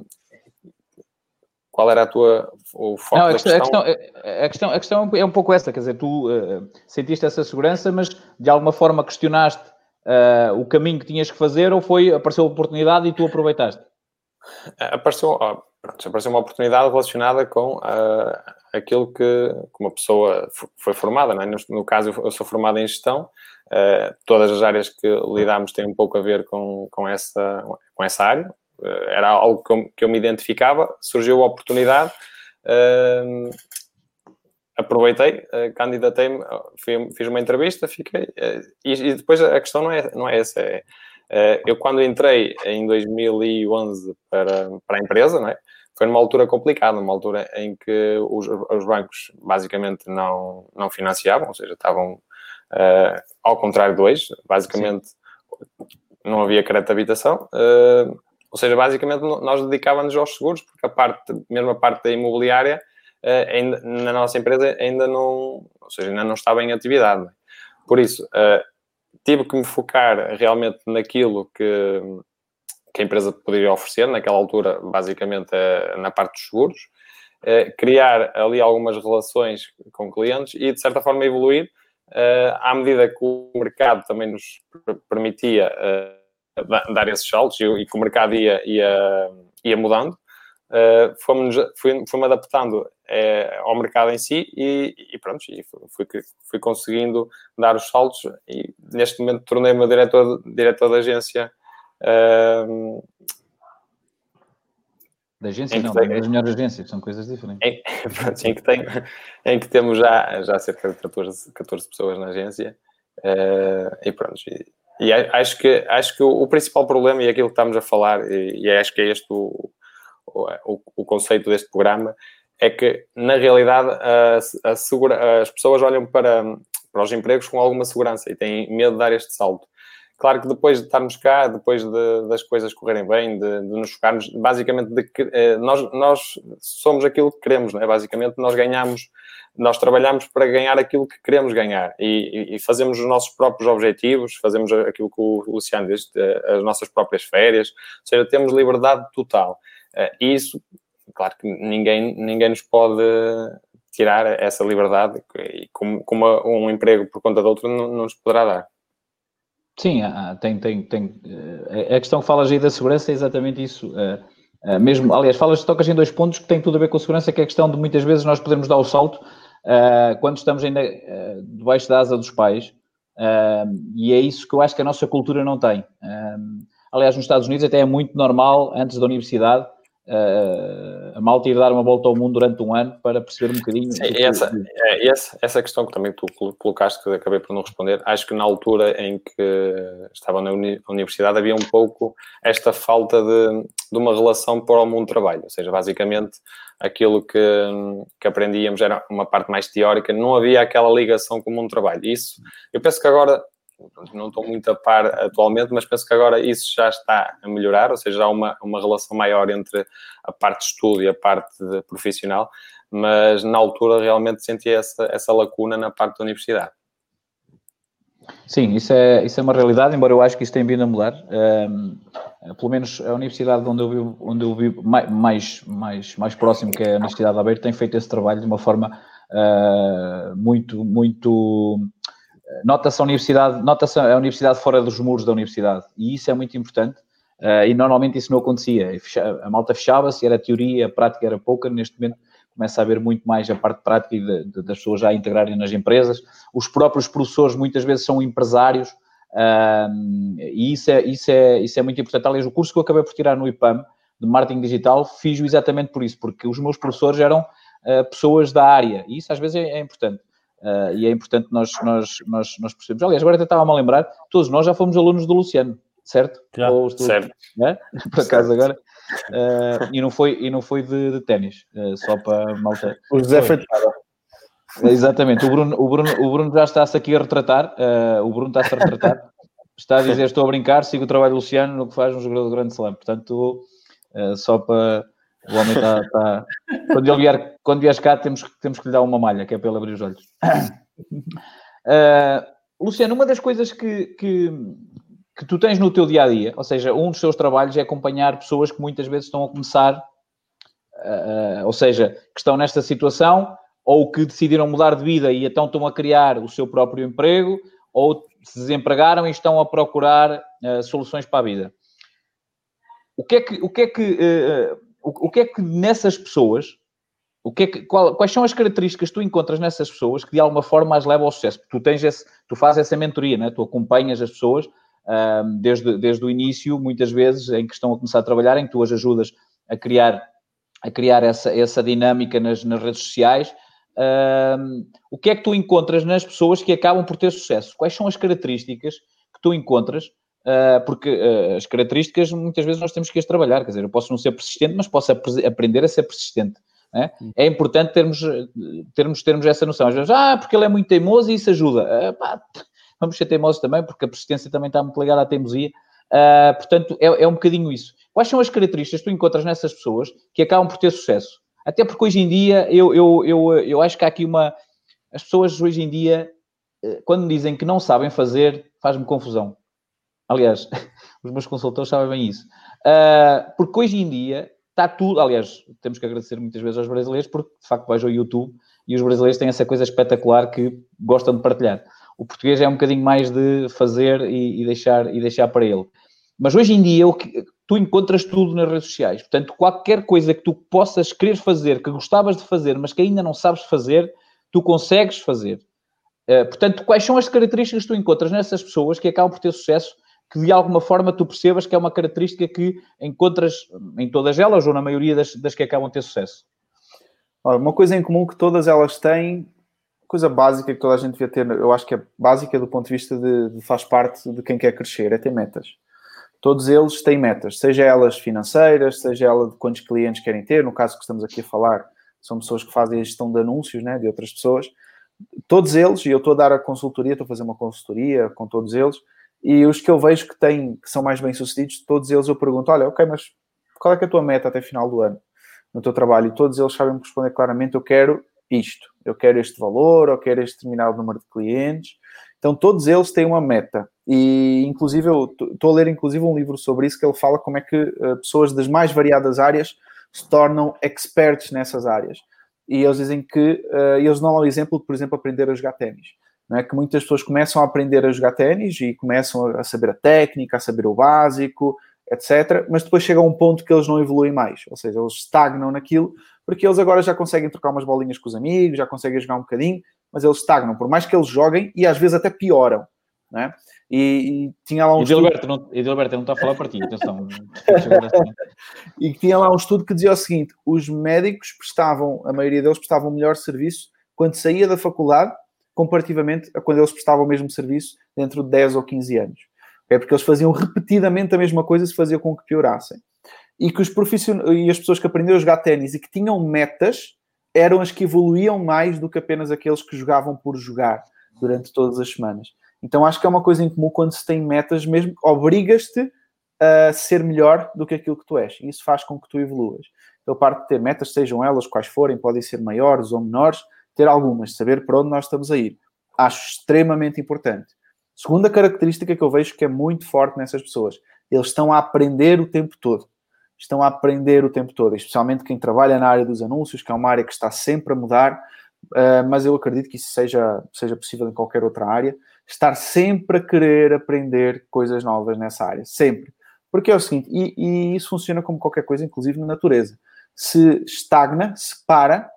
qual era a tua o foco Não, a da questão, questão? A questão, a, questão, a questão é um pouco essa, quer dizer, tu uh, sentiste essa segurança, mas de alguma forma questionaste uh, o caminho que tinhas que fazer ou foi, apareceu a oportunidade e tu aproveitaste? Apareceu, ó, pronto, apareceu uma oportunidade relacionada com uh, aquilo que, que uma pessoa foi formada, não é? no, no caso, eu sou formado em gestão, uh, todas as áreas que lidamos têm um pouco a ver com, com, essa, com essa área, uh, era algo que eu, que eu me identificava, surgiu a oportunidade, uh, aproveitei, uh, candidatei-me, fui, fiz uma entrevista, fiquei, uh, e, e depois a questão não é, não é essa, é, uh, eu quando entrei em dois mil e onze para, para a empresa, não é? Foi numa altura complicada, numa altura em que os, os bancos basicamente não, não financiavam, ou seja, estavam uh, ao contrário de hoje, basicamente Sim. não havia crédito de habitação, uh, ou seja, basicamente nós dedicávamos aos seguros, porque a parte, mesmo a parte da imobiliária, uh, ainda, na nossa empresa ainda não, ou seja, ainda não estava em atividade. Não é? Por isso, uh, tive que me focar realmente naquilo que... que a empresa poderia oferecer, naquela altura, basicamente, na parte dos seguros, criar ali algumas relações com clientes e, de certa forma, evoluir à medida que o mercado também nos permitia dar esses saltos e que o mercado ia, ia, ia mudando. Fomos, fui, fui-me adaptando ao mercado em si e, e pronto, e fui, fui conseguindo dar os saltos e, neste momento, tornei-me diretor, diretor da agência. Uh, da agência não, tem, das melhores agências, são coisas diferentes. Em, em, que, tem, em que temos já, já cerca de catorze, catorze pessoas na agência uh, e pronto. E, e acho que, acho que o, o principal problema, e aquilo que estamos a falar, e, e acho que é este o, o, o conceito deste programa, é que, na realidade, a, a segura, as pessoas olham para, para os empregos com alguma segurança e têm medo de dar este salto. Claro que depois de estarmos cá, depois de, das coisas correrem bem, de, de nos focarmos, basicamente, de que, eh, nós, nós somos aquilo que queremos, não é? Basicamente, nós ganhamos, nós trabalhamos para ganhar aquilo que queremos ganhar e, e, e fazemos os nossos próprios objetivos, fazemos aquilo que o Luciano disse, as nossas próprias férias, ou seja, temos liberdade total. E isso, claro que ninguém, ninguém nos pode tirar essa liberdade e como, como um emprego por conta de outro não, não nos poderá dar. Sim, tem, tem, tem. A questão que falas aí da segurança é exatamente isso. Mesmo, aliás, falas, tocas em dois pontos que têm tudo a ver com a segurança, que é a questão de muitas vezes nós podemos dar o salto quando estamos ainda debaixo da asa dos pais, e é isso que eu acho que a nossa cultura não tem. Aliás, nos Estados Unidos até é muito normal, antes da universidade, Uh, a malta ir dar uma volta ao mundo durante um ano para perceber um bocadinho. Sim, e essa, é, essa, essa questão que também tu colocaste, que acabei por não responder, acho que na altura em que estava na uni, universidade havia um pouco esta falta de, de uma relação para o mundo do trabalho, ou seja, basicamente aquilo que, que aprendíamos era uma parte mais teórica, não havia aquela ligação com o mundo do trabalho. Isso, eu penso que agora, não estou muito a par atualmente, mas penso que agora isso já está a melhorar, ou seja, há uma, uma relação maior entre a parte de estudo e a parte de profissional, mas na altura realmente sentia essa, essa lacuna na parte da universidade. Sim, isso é, isso é uma realidade, embora eu acho que isso tem vindo a mudar. Um, pelo menos a universidade onde eu vivo, onde eu vivo mais, mais, mais próximo, que é a Universidade de Aveiro, tem feito esse trabalho de uma forma uh, muito, muito... Nota-se a universidade, nota-se a universidade fora dos muros da universidade, e isso é muito importante, uh, e normalmente isso não acontecia. A malta fechava-se, era teoria, a prática era pouca. Neste momento começa a haver muito mais a parte prática de, de, das pessoas já integrarem nas empresas. Os próprios professores muitas vezes são empresários, uh, e isso é, isso, é, isso é muito importante. Aliás, o curso que eu acabei por tirar no I P A M, de Marketing Digital, fiz-o exatamente por isso, porque os meus professores eram uh, pessoas da área, e isso às vezes é, é importante. Uh, e é importante nós, nós, nós, nós percebemos. Aliás, agora até estava-me a lembrar, todos nós já fomos alunos do Luciano, certo? Já, Ou tu, certo. Né? Por acaso agora. Uh, e não foi, e não foi de, de ténis, uh, só para malta. O José foi de Exatamente, o Bruno, o, Bruno, o Bruno já está-se aqui a retratar, uh, o Bruno está-se a retratar, está a dizer, estou a brincar, sigo o trabalho do Luciano no que faz um jogador de grande slam. Portanto, uh, só para... O homem está... está... Quando ele vier, quando vieres cá, temos, temos que lhe dar uma malha, que é para ele abrir os olhos. Uh, Luciano, uma das coisas que, que, que tu tens no teu dia-a-dia, ou seja, um dos teus trabalhos é acompanhar pessoas que muitas vezes estão a começar, uh, ou seja, que estão nesta situação, ou que decidiram mudar de vida e então estão a criar o seu próprio emprego, ou se desempregaram e estão a procurar uh, soluções para a vida. O que é que... O que, é que uh, o, o que é que nessas pessoas, o que é que, qual, quais são as características que tu encontras nessas pessoas que de alguma forma as levam ao sucesso? Tu tens esse, tu fazes essa mentoria, né? Tu acompanhas as pessoas um, desde, desde o início, muitas vezes, em que estão a começar a trabalhar, em que tu as ajudas a criar, a criar essa, essa dinâmica nas, nas redes sociais. Um, o que é que tu encontras nas pessoas que acabam por ter sucesso? Quais são as características que tu encontras? Uh, porque uh, as características, muitas vezes, nós temos que as trabalhar. Quer dizer, eu posso não ser persistente, mas posso ap- aprender a ser persistente. É? É importante termos, termos, termos essa noção. Às vezes, ah, porque ele é muito teimoso e isso ajuda. Uh, pá, vamos ser teimosos também, porque a persistência também está muito ligada à teimosia. Uh, portanto, é, é um bocadinho isso. Quais são as características que tu encontras nessas pessoas que acabam por ter sucesso? Até porque hoje em dia, eu, eu, eu, eu acho que há aqui uma... As pessoas hoje em dia, quando dizem que não sabem fazer, faz-me confusão. Aliás, os meus consultores sabem bem isso. Uh, porque hoje em dia... Está tudo, aliás, temos que agradecer muitas vezes aos brasileiros, porque de facto vais ao YouTube e os brasileiros têm essa coisa espetacular que gostam de partilhar. O português é um bocadinho mais de fazer e, e, deixar, e deixar para ele. Mas hoje em dia, o que, tu encontras tudo nas redes sociais. Portanto, qualquer coisa que tu possas querer fazer, que gostavas de fazer, mas que ainda não sabes fazer, tu consegues fazer. Uh, portanto, quais são as características que tu encontras nessas pessoas que acabam por ter sucesso, que de alguma forma tu percebas que é uma característica que encontras em todas elas ou na maioria das, das que acabam de ter sucesso? Uma coisa em comum que todas elas têm, coisa básica que toda a gente devia ter, eu acho que é básica do ponto de vista de, de faz parte de quem quer crescer, é ter metas. Todos eles têm metas, seja elas financeiras, seja ela de quantos clientes querem ter, no caso que estamos aqui a falar, são pessoas que fazem a gestão de anúncios, né, de outras pessoas. Todos eles, e eu estou a dar a consultoria, estou a fazer uma consultoria com todos eles, e os que eu vejo que, têm, que são mais bem-sucedidos, todos eles eu pergunto, olha, ok, mas qual é que é a tua meta até final do ano no teu trabalho? E todos eles sabem responder claramente, eu quero isto, eu quero este valor, eu quero este determinado número de clientes. Então, todos eles têm uma meta. E, inclusive, eu estou a ler, inclusive, um livro sobre isso, que ele fala como é que uh, pessoas das mais variadas áreas se tornam experts nessas áreas. E eles dizem que, uh, eles dão lá o exemplo de, por exemplo, aprender a jogar ténis. Não é? Que muitas pessoas começam a aprender a jogar ténis e começam a saber a técnica, a saber o básico, etcétera. Mas depois chega a um ponto que eles não evoluem mais. Ou seja, eles estagnam naquilo, porque eles agora já conseguem trocar umas bolinhas com os amigos, já conseguem jogar um bocadinho, mas eles estagnam. Por mais que eles joguem, e às vezes até pioram. Não é? e, e tinha lá um Edilberto estudo... não, Edilberto não está a falar para ti, atenção. E tinha lá um estudo que dizia o seguinte, os médicos prestavam, a maioria deles prestavam o melhor serviço quando saía da faculdade, comparativamente a quando eles prestavam o mesmo serviço dentro de dez ou quinze anos. É porque eles faziam repetidamente a mesma coisa, se fazia com que piorassem. E que os profissionais e as pessoas que aprenderam a jogar ténis e que tinham metas eram as que evoluíam mais do que apenas aqueles que jogavam por jogar durante todas as semanas. Então acho que é uma coisa em comum quando se tem metas, mesmo obrigas-te a ser melhor do que aquilo que tu és. E isso faz com que tu evoluas. Então, a parte de ter metas, sejam elas quais forem, podem ser maiores ou menores, ter algumas, saber para onde nós estamos a ir. Acho extremamente importante. Segunda característica que eu vejo que é muito forte nessas pessoas. Eles estão a aprender o tempo todo. Estão a aprender o tempo todo. Especialmente quem trabalha na área dos anúncios, que é uma área que está sempre a mudar. Uh, mas eu acredito que isso seja, seja possível em qualquer outra área. Estar sempre a querer aprender coisas novas nessa área. Sempre. Porque é o seguinte, e, e isso funciona como qualquer coisa, inclusive na natureza. Se estagna, se para,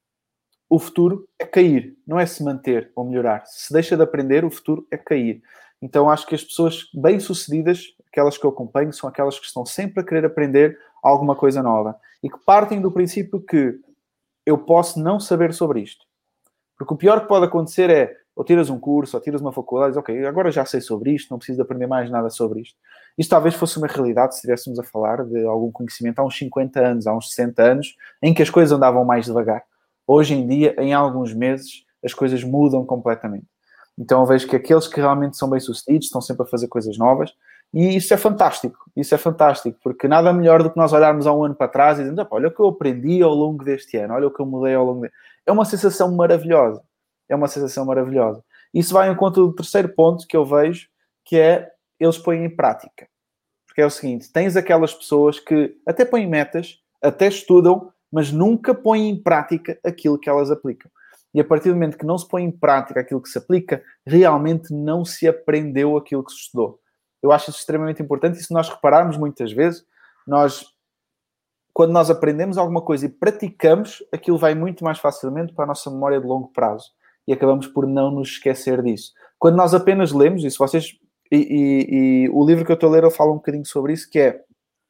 o futuro é cair, não é se manter ou melhorar. Se deixa de aprender, o futuro é cair. Então, acho que as pessoas bem-sucedidas, aquelas que eu acompanho, são aquelas que estão sempre a querer aprender alguma coisa nova. E que partem do princípio que eu posso não saber sobre isto. Porque o pior que pode acontecer é, ou tiras um curso, ou tiras uma faculdade, e dizes, ok, agora já sei sobre isto, não preciso de aprender mais nada sobre isto. Isto talvez fosse uma realidade se estivéssemos a falar de algum conhecimento há uns cinquenta anos, há uns sessenta anos, em que as coisas andavam mais devagar. Hoje em dia, em alguns meses, as coisas mudam completamente. Então eu vejo que aqueles que realmente são bem-sucedidos estão sempre a fazer coisas novas e isso é fantástico. Isso é fantástico, porque nada melhor do que nós olharmos há um ano para trás e dizermos, olha o que eu aprendi ao longo deste ano, olha o que eu mudei ao longo deste... É uma sensação maravilhosa. É uma sensação maravilhosa. Isso vai em conta do terceiro ponto que eu vejo, que é eles põem em prática. Porque é o seguinte, tens aquelas pessoas que até põem metas, até estudam, mas nunca põem em prática aquilo que elas aplicam. E a partir do momento que não se põe em prática aquilo que se aplica, realmente não se aprendeu aquilo que se estudou. Eu acho isso extremamente importante e se nós repararmos muitas vezes, nós quando nós aprendemos alguma coisa e praticamos, aquilo vai muito mais facilmente para a nossa memória de longo prazo. E acabamos por não nos esquecer disso. Quando nós apenas lemos, e se vocês... E, e, e o livro que eu estou a ler, eu falo um bocadinho sobre isso, que é...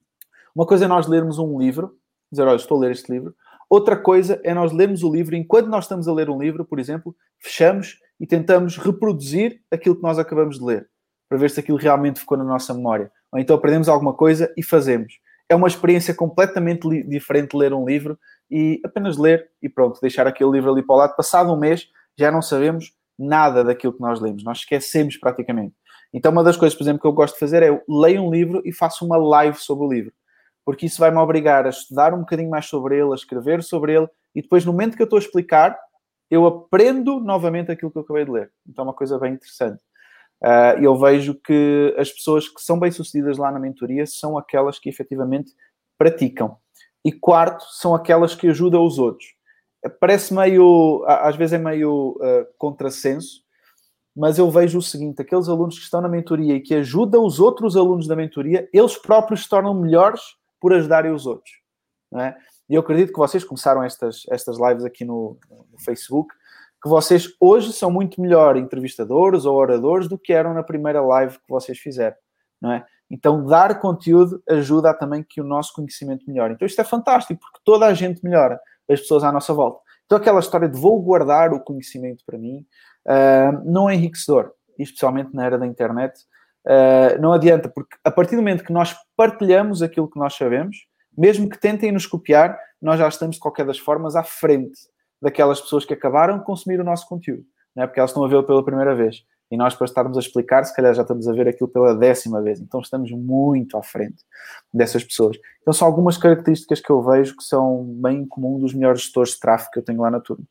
Uma coisa é nós lermos um livro, dizer, olha, estou a ler este livro. Outra coisa é nós lermos o livro, e enquanto nós estamos a ler um livro, por exemplo, fechamos e tentamos reproduzir aquilo que nós acabamos de ler, para ver se aquilo realmente ficou na nossa memória. Ou então aprendemos alguma coisa e fazemos. É uma experiência completamente li- diferente de ler um livro e apenas ler e pronto, deixar aquele livro ali para o lado. Passado um mês, já não sabemos nada daquilo que nós lemos. Nós esquecemos praticamente. Então, uma das coisas, por exemplo, que eu gosto de fazer é eu leio um livro e faço uma live sobre o livro. Porque isso vai-me obrigar a estudar um bocadinho mais sobre ele, a escrever sobre ele, e depois, no momento que eu estou a explicar, eu aprendo novamente aquilo que eu acabei de ler. Então, é uma coisa bem interessante. Uh, eu vejo que as pessoas que são bem-sucedidas lá na mentoria são aquelas que efetivamente praticam. E quarto, são aquelas que ajudam os outros. Parece meio, às vezes é meio uh, contrassenso, mas eu vejo o seguinte, aqueles alunos que estão na mentoria e que ajudam os outros alunos da mentoria, eles próprios se tornam melhores por ajudarem os outros. Não é? E eu acredito que vocês começaram estas, estas lives aqui no, no Facebook, que vocês hoje são muito melhor entrevistadores ou oradores do que eram na primeira live que vocês fizeram. Não é? Então, dar conteúdo ajuda a também que o nosso conhecimento melhore. Então, isto é fantástico, porque toda a gente melhora, as pessoas à nossa volta. Então, aquela história de vou guardar o conhecimento para mim, uh, não é enriquecedor, e especialmente na era da internet, uh, não adianta, porque a partir do momento que nós partilhamos aquilo que nós sabemos, mesmo que tentem nos copiar, nós já estamos, de qualquer das formas, à frente daquelas pessoas que acabaram de consumir o nosso conteúdo, não é? Porque elas estão a vê-lo pela primeira vez. E nós, para estarmos a explicar, se calhar já estamos a ver aquilo pela décima vez. Então, estamos muito à frente dessas pessoas. Então, são algumas características que eu vejo que são bem comum dos melhores gestores de tráfego que eu tenho lá na turma.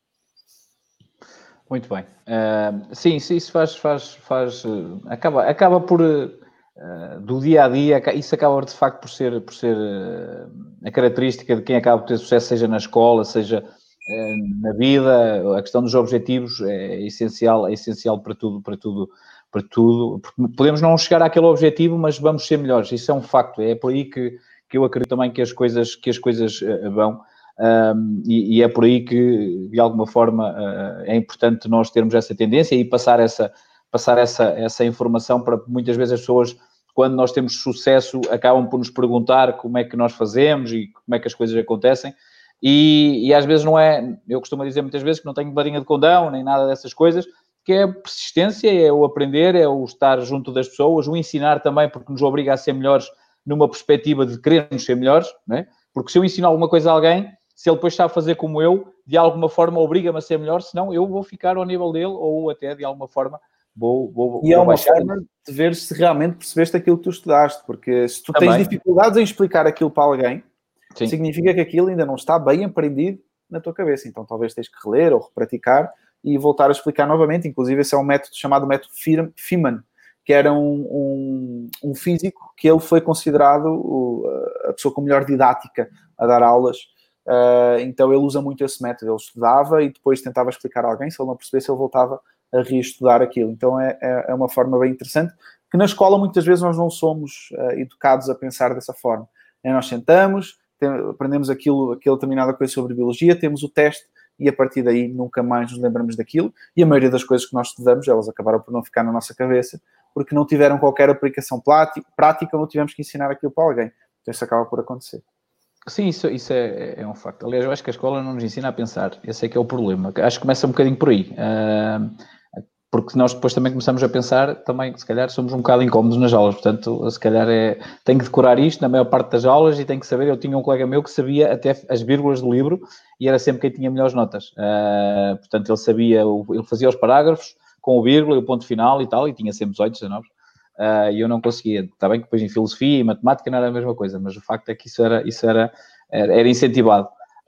Muito bem. Uh, sim, sim, isso faz... faz, faz uh, acaba, acaba por... Uh, do dia a dia, isso acaba de facto por ser, por ser uh, a característica de quem acaba por ter sucesso, seja na escola, seja uh, na vida. A questão dos objetivos é essencial, é essencial para tudo, para tudo, para tudo. Podemos não chegar àquele objetivo, mas vamos ser melhores. Isso é um facto. É por aí que, que eu acredito também que as coisas, que as coisas uh, vão. Um, e, e é por aí que, de alguma forma, uh, é importante nós termos essa tendência e passar essa passar essa, essa informação para muitas vezes as pessoas, quando nós temos sucesso, acabam por nos perguntar como é que nós fazemos e como é que as coisas acontecem. E, e às vezes não é, eu costumo dizer muitas vezes que não tenho varinha de condão, nem nada dessas coisas, que é a persistência, é o aprender, é o estar junto das pessoas, o ensinar também, porque nos obriga a ser melhores numa perspectiva de querermos ser melhores, não é? Porque se eu ensino alguma coisa a alguém, se ele depois sabe fazer como eu, de alguma forma obriga-me a ser melhor, senão eu vou ficar ao nível dele ou até de alguma forma Vou, vou, e é uma baixar. forma de ver se realmente percebeste aquilo que tu estudaste, porque se tu Também. tens dificuldades em explicar aquilo para alguém, Sim. significa que aquilo ainda não está bem aprendido na tua cabeça. Então talvez tens que reler ou repraticar e voltar a explicar novamente. Inclusive esse é um método chamado método Feynman, que era um, um, um físico que ele foi considerado o, a pessoa com melhor didática a dar aulas. Uh, então ele usa muito esse método. Ele estudava e depois tentava explicar a alguém. Se ele não percebesse, ele voltava a reestudar aquilo. Então é, é uma forma bem interessante, que na escola muitas vezes nós não somos uh, educados a pensar dessa forma. É, nós sentamos, tem, aprendemos aquilo, aquela determinada coisa sobre biologia, temos o teste e a partir daí nunca mais nos lembramos daquilo, e a maioria das coisas que nós estudamos, elas acabaram por não ficar na nossa cabeça, porque não tiveram qualquer aplicação prática ou não tivemos que ensinar aquilo para alguém. Então isso acaba por acontecer. Sim, isso, isso é, é um facto. Aliás, eu acho que a escola não nos ensina a pensar. Esse é que é o problema. Acho que começa um bocadinho por aí. Uh, porque nós depois também começamos a pensar, também, se calhar, somos um bocado incómodos nas aulas. Portanto, se calhar, é, tenho que decorar isto na maior parte das aulas e tenho que saber. Eu tinha um colega meu que sabia até as vírgulas do livro e era sempre quem tinha melhores notas. Uh, portanto, ele sabia, ele fazia os parágrafos com o vírgula e o ponto final e tal, e tinha sempre dezoito, dezenove. Uh, e eu não conseguia. Está bem que depois em filosofia e matemática não era a mesma coisa, mas o facto é que isso era, isso era, era, era incentivado.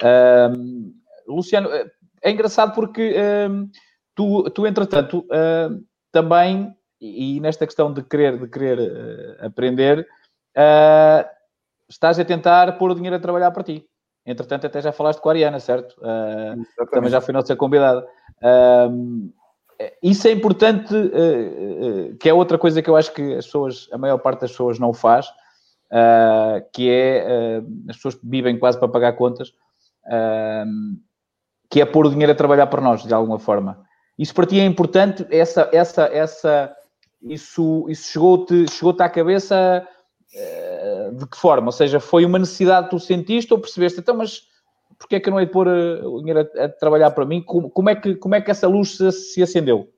Uh, Luciano, é engraçado porque uh, tu, tu, entretanto, uh, também, e, e nesta questão de querer, de querer uh, aprender, uh, estás a tentar pôr o dinheiro a trabalhar para ti. Entretanto, até já falaste com a Ariana, certo? Uh, também já foi nossa convidada. Uh, Isso é importante, uh, uh, que é outra coisa que eu acho que as pessoas, a maior parte das pessoas não faz, uh, que é, uh, as pessoas vivem quase para pagar contas, uh, que é pôr o dinheiro a trabalhar para nós, de alguma forma. Isso para ti é importante? Essa, essa, essa, isso, isso chegou-te, chegou-te à cabeça uh, de que forma? Ou seja, foi uma necessidade que tu sentiste ou percebeste? Então, mas porquê é que eu não hei de pôr uh, o dinheiro a, a trabalhar para mim? Como, como, é que, como é que essa luz se, se acendeu?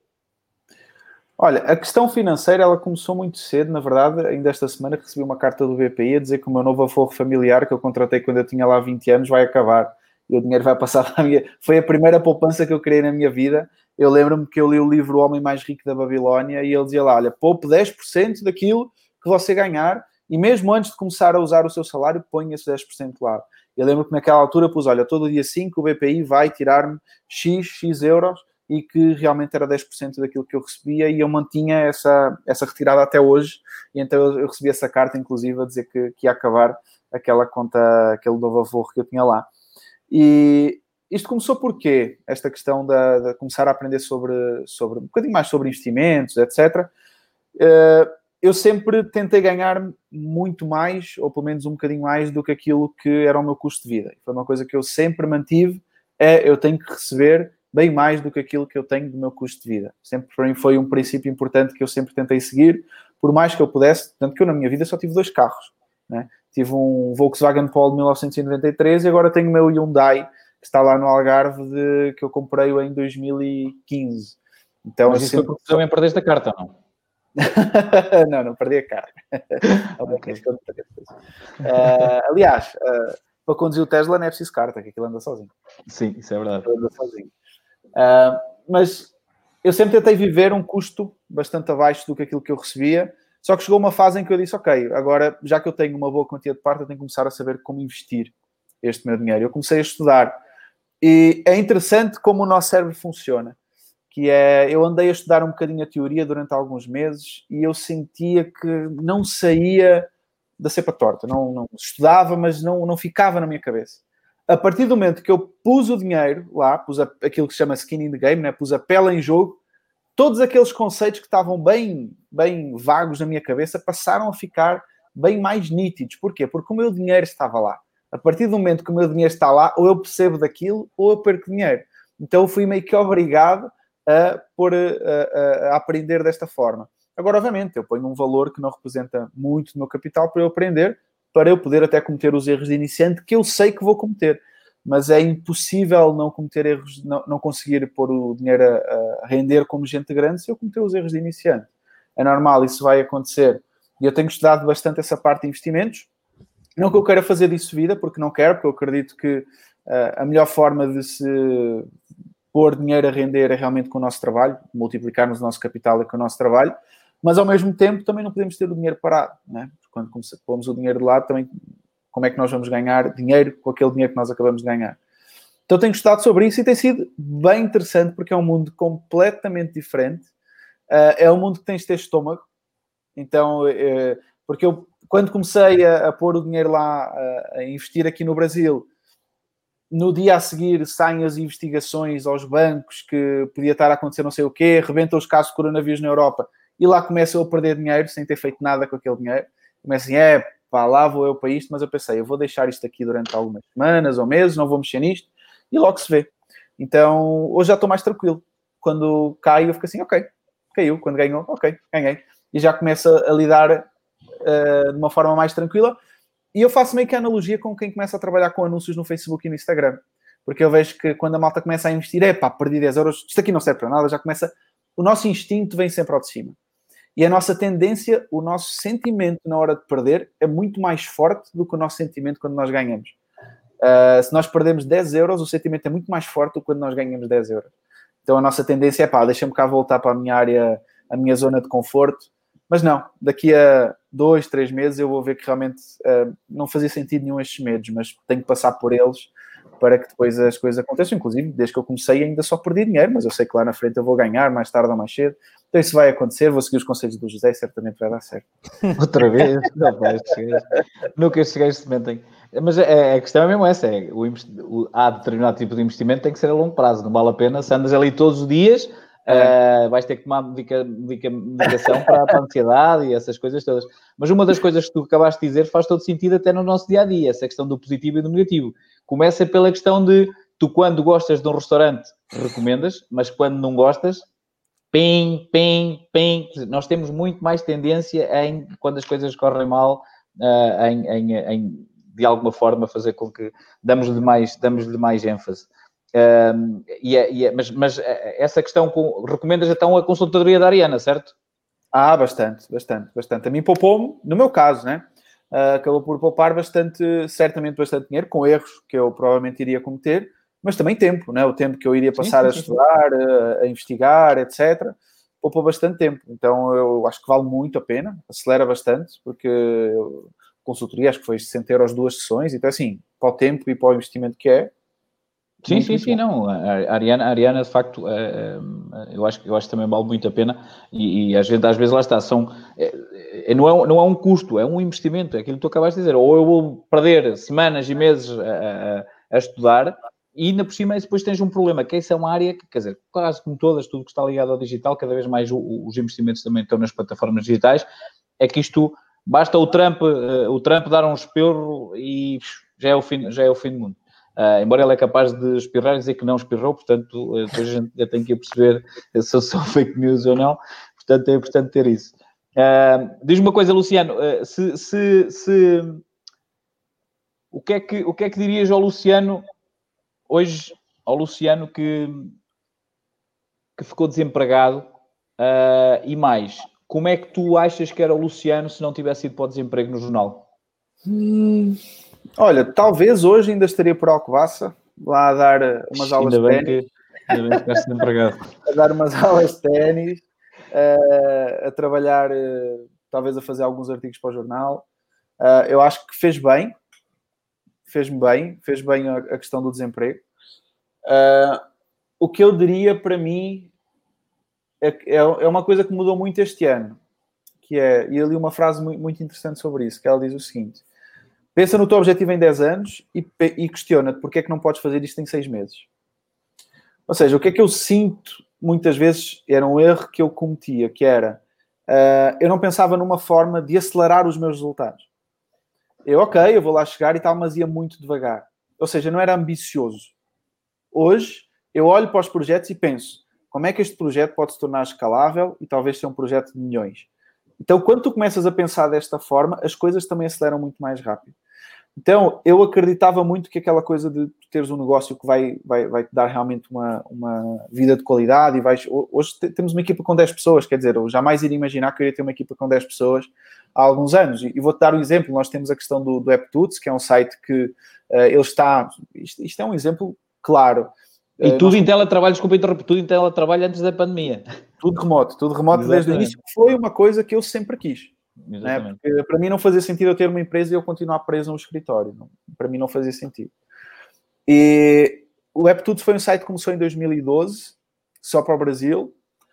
Olha, a questão financeira, ela começou muito cedo, na verdade. Ainda esta semana recebi uma carta do B P I a dizer que o meu novo aforro familiar, que eu contratei quando eu tinha lá vinte anos, vai acabar. E o dinheiro vai passar para a minha... Foi a primeira poupança que eu criei na minha vida. Eu lembro-me que eu li o livro O Homem Mais Rico da Babilónia e ele dizia lá, olha, poupe dez por cento daquilo que você ganhar e mesmo antes de começar a usar o seu salário, ponha esse dez por cento lá. Eu lembro que naquela altura pus, olha, todo dia cinco o B P I vai tirar-me X, X euros e que realmente era dez por cento daquilo que eu recebia e eu mantinha essa, essa retirada até hoje. E então eu, eu recebi essa carta, inclusive, a dizer que, que ia acabar aquela conta, aquele novo aforro que eu tinha lá. E isto começou por quê? Esta questão de, de começar a aprender sobre, sobre um bocadinho mais sobre investimentos, etcétera. Uh, eu sempre tentei ganhar muito mais, ou pelo menos um bocadinho mais, do que aquilo que era o meu custo de vida. Foi uma coisa que eu sempre mantive, é eu tenho que receber bem mais do que aquilo que eu tenho do meu custo de vida. Sempre para mim foi um princípio importante que eu sempre tentei seguir, por mais que eu pudesse, tanto que eu na minha vida só tive dois carros, né? Tive um Volkswagen Polo de mil novecentos e noventa e três e agora tenho o meu Hyundai, que está lá no Algarve, de, que eu comprei em dois mil e quinze. Então, mas isso sempre... foi porque também perdeste a carta, não? não, não perdi a carta. Okay. uh, aliás, uh, para conduzir o Tesla não é preciso carta, que aquilo anda sozinho. Sim, isso é verdade. Anda sozinho. Uh, mas eu sempre tentei viver um custo bastante abaixo do que aquilo que eu recebia, só que chegou uma fase em que eu disse, ok, agora já que eu tenho uma boa quantia de parte, eu tenho que começar a saber como investir este meu dinheiro. Eu comecei a estudar e é interessante como o nosso cérebro funciona, que é, eu andei a estudar um bocadinho a teoria durante alguns meses e eu sentia que não saía da cepa torta, não, não estudava, mas não, não ficava na minha cabeça. A partir do momento que eu pus o dinheiro lá, pus a, aquilo que se chama skin in the game, né? Pus a pele em jogo, todos aqueles conceitos que estavam bem, bem vagos na minha cabeça passaram a ficar bem mais nítidos. Porquê? Porque o meu dinheiro estava lá. A partir do momento que o meu dinheiro está lá, ou eu percebo daquilo, ou eu perco dinheiro. Então eu fui meio que obrigado a, pôr, a, a, a aprender desta forma. Agora, obviamente, eu ponho um valor que não representa muito do meu capital para eu aprender, para eu poder até cometer os erros de iniciante que eu sei que vou cometer. Mas é impossível não cometer erros, não, não conseguir pôr o dinheiro a, a render como gente grande se eu cometer os erros de iniciante. É normal, isso vai acontecer. E eu tenho estudado bastante essa parte de investimentos. Não que eu queira fazer disso vida, porque não quero, porque eu acredito que uh, a melhor forma de se pôr dinheiro a render é realmente com o nosso trabalho, multiplicarmos o nosso capital e com o nosso trabalho, mas ao mesmo tempo também não podemos ter o dinheiro parado, né? Quando pomos o dinheiro de lado, também como é que nós vamos ganhar dinheiro com aquele dinheiro que nós acabamos de ganhar. Então tenho estudado sobre isso e tem sido bem interessante porque é um mundo completamente diferente. Uh, é um mundo que tens de ter estômago. Então, uh, porque eu, quando comecei a, a pôr o dinheiro lá, a, a investir aqui no Brasil, no dia a seguir saem as investigações aos bancos que podia estar a acontecer não sei o quê, rebentam os casos de coronavírus na Europa e lá começo eu a perder dinheiro sem ter feito nada com aquele dinheiro. Começo assim, é, pá, lá vou eu para isto, mas eu pensei, eu vou deixar isto aqui durante algumas semanas ou meses, não vou mexer nisto e logo se vê. Então, hoje já estou mais tranquilo. Quando cai, eu fico assim, ok, caiu. Quando ganhou, ok, ganhei. E já começo a, a lidar uh, de uma forma mais tranquila. E eu faço meio que a analogia com quem começa a trabalhar com anúncios no Facebook e no Instagram. Porque eu vejo que quando a malta começa a investir, é pá, perdi dez euros, isto aqui não serve para nada, já começa... O nosso instinto vem sempre ao de cima. E a nossa tendência, o nosso sentimento na hora de perder é muito mais forte do que o nosso sentimento quando nós ganhamos. Uh, se nós perdemos dez euros, o sentimento é muito mais forte do que quando nós ganhamos dez euros. Então a nossa tendência é, pá, deixa-me cá voltar para a minha área, a minha zona de conforto. Mas não, daqui a dois, três meses eu vou ver que realmente uh, não fazia sentido nenhum estes medos, mas tenho que passar por eles para que depois as coisas aconteçam. Inclusive, desde que eu comecei ainda só perdi dinheiro, mas eu sei que lá na frente eu vou ganhar, mais tarde ou mais cedo. Então isso vai acontecer, vou seguir os conselhos do José e certamente vai dar certo. Outra vez? Não, pá, nunca estes gajos se mentem. Mas é, a questão é mesmo essa, é, o, o, há determinado tipo de investimento tem que ser a longo prazo, não vale a pena se andas ali todos os dias Uh, vais ter que tomar medica, medica, medicação para, para a ansiedade e essas coisas todas. Mas uma das coisas que tu acabaste de dizer faz todo sentido até no nosso dia-a-dia, essa questão do positivo e do negativo. Começa pela questão de, tu quando gostas de um restaurante, recomendas, mas quando não gostas, pim, pim, pim. Nós temos muito mais tendência em, quando as coisas correm mal, uh, em, em, em, de alguma forma, fazer com que damos-lhe mais, damos-lhe mais ênfase. Um, e é, e é, mas, mas essa questão, com, recomendas então a consultoria da Ariana, certo? Ah, bastante, bastante, bastante. A mim poupou-me, no meu caso, né? Uh, acabou por poupar bastante, certamente bastante dinheiro, com erros que eu provavelmente iria cometer, mas também tempo, né? O tempo que eu iria passar sim, sim, a estudar, a, a investigar, etcétera. Poupou bastante tempo. Então eu acho que vale muito a pena, acelera bastante, porque eu, consultoria, acho que foi sessenta euros duas sessões, então assim, para o tempo e para o investimento que é. Sim, muito, sim, muito sim, bom. Não. A Ariana, a Ariana de facto, é, é, eu, acho, eu acho que também vale muito a pena e, e às, vezes, às vezes lá está, são, é, é, não, é, não é um custo, é um investimento, é aquilo que tu acabaste de dizer. Ou eu vou perder semanas e meses a, a, a estudar e ainda por cima depois tens um problema, que essa é uma área que, quer dizer, quase como todas, tudo que está ligado ao digital, cada vez mais o, os investimentos também estão nas plataformas digitais, é que isto, basta o Trump, o Trump dar um espirro e já é o fim, já é o fim do mundo. Uh, embora ele é capaz de espirrar e dizer que não espirrou, portanto, uh, depois a gente já tem que perceber se são fake news ou não, portanto é importante ter isso. Uh, diz-me uma coisa, Luciano, uh, se, se, se... O, que é que, o que é que dirias ao Luciano, hoje, ao Luciano que, que ficou desempregado, uh, e mais, como é que tu achas que era o Luciano se não tivesse ido para o desemprego no jornal? Hum... Olha, talvez hoje ainda estaria por Alcobaça, lá a dar umas aulas ainda de ténis. Ainda bem que ficaste empregado. A dar umas aulas de ténis, uh, a trabalhar, uh, talvez a fazer alguns artigos para o jornal. Uh, eu acho que fez bem, fez-me bem, fez bem a, a questão do desemprego. Uh, o que eu diria para mim é, é, é uma coisa que mudou muito este ano, que é, e eu li uma frase muito, muito interessante sobre isso, que ela diz o seguinte: pensa no teu objetivo em dez anos e, e questiona-te porque é que não podes fazer isto em seis meses. Ou seja, o que é que eu sinto muitas vezes era um erro que eu cometia, que era, uh, eu não pensava numa forma de acelerar os meus resultados. Eu, ok, eu vou lá chegar e tal, mas ia muito devagar. Ou seja, não era ambicioso. Hoje, eu olho para os projetos e penso, como é que este projeto pode se tornar escalável e talvez ser um projeto de milhões? Então, quando tu começas a pensar desta forma, as coisas também aceleram muito mais rápido. Então, eu acreditava muito que aquela coisa de teres um negócio que vai, vai, vai te dar realmente uma, uma vida de qualidade e vais... Hoje temos uma equipa com dez pessoas, quer dizer, eu jamais iria imaginar que eu iria ter uma equipa com dez pessoas há alguns anos. E vou-te dar um exemplo. Nós temos a questão do, do AppTuts, que é um site que uh, ele está... Isto, isto é um exemplo claro. E uh, tudo nós... em teletrabalho, desculpa interromper, tudo em teletrabalho antes da pandemia. Tudo remoto, tudo remoto. Exatamente. Desde o início, foi uma coisa que eu sempre quis. Né? Porque para mim não fazia sentido eu ter uma empresa e eu continuar preso no escritório. Não, para mim não fazia sentido. E o AppTuts foi um site que começou em dois mil e doze, só para o Brasil,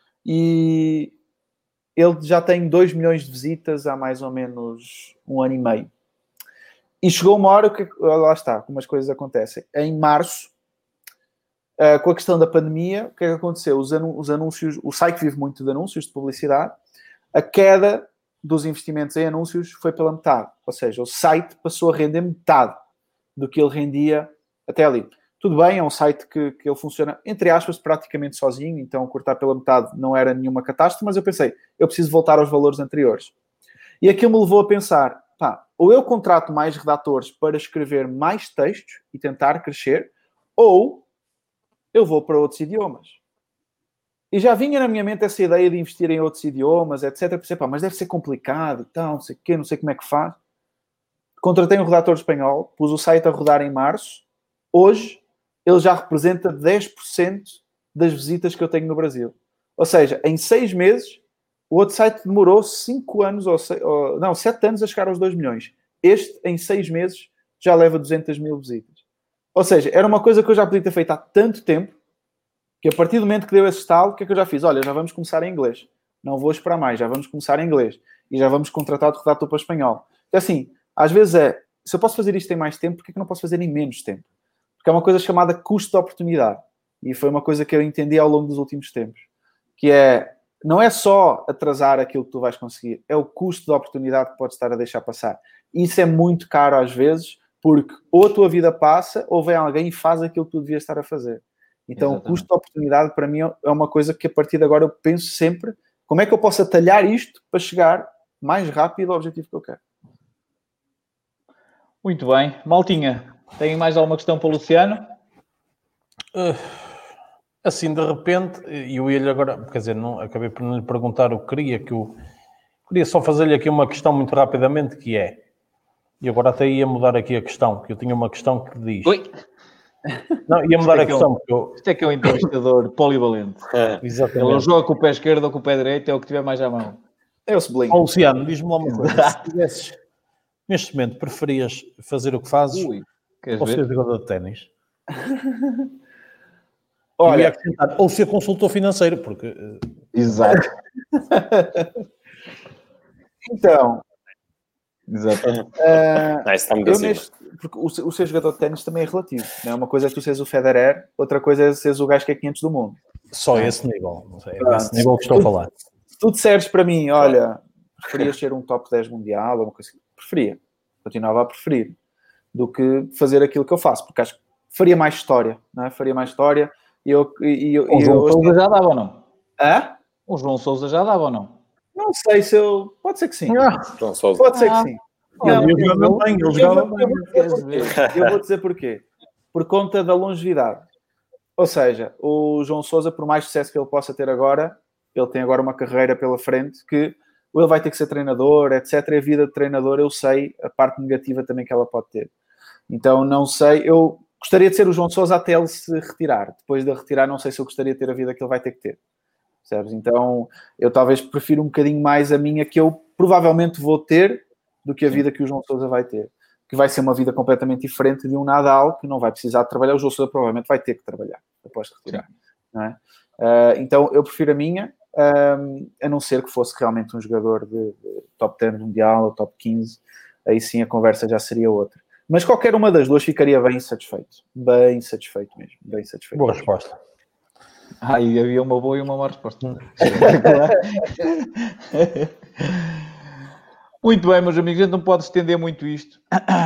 e ele já tem dois milhões de visitas há mais ou menos um ano e meio. E chegou uma hora que, lá está, como as coisas acontecem. Em março, uh, com a questão da pandemia, o que é que aconteceu? Os, anú- os anúncios, o site vive muito de anúncios, de publicidade, a queda dos investimentos em anúncios foi pela metade. Ou seja, o site passou a render metade do que ele rendia até ali. Tudo bem, é um site que, que ele funciona, entre aspas, praticamente sozinho, então cortar pela metade não era nenhuma catástrofe, mas eu pensei, eu preciso voltar aos valores anteriores. E aquilo me levou a pensar, pá, ou eu contrato mais redatores para escrever mais textos e tentar crescer, ou eu vou para outros idiomas. E já vinha na minha mente essa ideia de investir em outros idiomas, etcétera. Pensei, pá, mas deve ser complicado e tal, não sei o quê, não sei como é que faz. Contratei um redator espanhol, pus o site a rodar em março. Hoje, ele já representa dez por cento das visitas que eu tenho no Brasil. Ou seja, em seis meses, o outro site demorou cinco anos, ou, seis, ou não, sete anos a chegar aos dois milhões. Este, em seis meses, já leva duzentas mil visitas. Ou seja, era uma coisa que eu já podia ter feito há tanto tempo, que a partir do momento que deu esse estalo, o que é que eu já fiz? Olha, já vamos começar em inglês. Não vou esperar mais, já vamos começar em inglês. E já vamos contratar o redator para espanhol. Então, assim, às vezes é, se eu posso fazer isto em mais tempo, por que é que não posso fazer em menos tempo? Porque é uma coisa chamada custo de oportunidade. E foi uma coisa que eu entendi ao longo dos últimos tempos. que é, não é só atrasar aquilo que tu vais conseguir, é o custo da oportunidade que podes estar a deixar passar. Isso é muito caro às vezes, porque ou a tua vida passa, ou vem alguém e faz aquilo que tu devias estar a fazer. Então, Exatamente. O custo da oportunidade, para mim, é uma coisa que a partir de agora eu penso sempre, como é que eu posso atalhar isto para chegar mais rápido ao objetivo que eu quero. Muito bem. Maltinha, tem mais alguma questão para o Luciano? Uh, assim, de repente, eu ia-lhe agora, quer dizer, não, acabei por não lhe perguntar o que queria, que eu queria só fazer-lhe aqui uma questão muito rapidamente, que é, e agora até ia mudar aqui a questão, que eu tinha uma questão que diz... Oi? Não, ia mudar é a questão. É um, eu... Isto é que é um entrevistador polivalente. É, exatamente. Ele não joga com o pé esquerdo ou com o pé direito, é o que tiver mais à mão. É o sublinho. Oh, Luciano, diz-me lá uma coisa. Se tivesses, neste momento, preferias fazer o que fazes Ui, ou ser jogador de ténis? Olha, ou ser consultor financeiro, porque... Exato. Então... Exato. Uh, eu neste, porque o, o ser jogador de ténis também é relativo. Não é? Uma coisa é tu seres o Federer, outra coisa é seres o gajo que é quinhentos do mundo. Só é. Esse nível. Não sei, é esse nível que estou a falar. Se tu disseres para mim, olha, preferias ser um top dez mundial, ou uma coisa assim, preferia. Continuava a preferir. Do que fazer aquilo que eu faço. Porque acho que faria mais história. Não é? Faria mais história. E eu, e eu, o e João eu, Sousa já dava ou não? Hã? O João Sousa já dava ou não? Não sei se eu... Pode ser que sim. Ah, Pode ser que sim. Não, eu, eu, eu, bem, eu, eu, vou, eu, vou eu vou dizer porquê. Por conta da longevidade. Ou seja, o João Sousa, por mais sucesso que ele possa ter agora, ele tem agora uma carreira pela frente que ou ele vai ter que ser treinador, etcétera. E a vida de treinador, eu sei a parte negativa também que ela pode ter. Então, não sei. Eu gostaria de ser o João Sousa até ele se retirar. Depois de retirar, não sei se eu gostaria de ter a vida que ele vai ter que ter. Percebes? Então, eu talvez prefiro um bocadinho mais a minha que eu provavelmente vou ter do que a vida que o João Sousa vai ter. Que vai ser uma vida completamente diferente de um Nadal que não vai precisar de trabalhar. O João Sousa provavelmente vai ter que trabalhar após retirar. Não é? Uh, então, eu prefiro a minha, um, a não ser que fosse realmente um jogador de, de top dez mundial ou top quinze. Aí sim a conversa já seria outra. Mas qualquer uma das duas ficaria bem satisfeito. Bem satisfeito mesmo. Bem satisfeito. Boa resposta. Ah, e havia uma boa e uma má resposta. Muito bem, meus amigos, a gente não pode estender muito isto.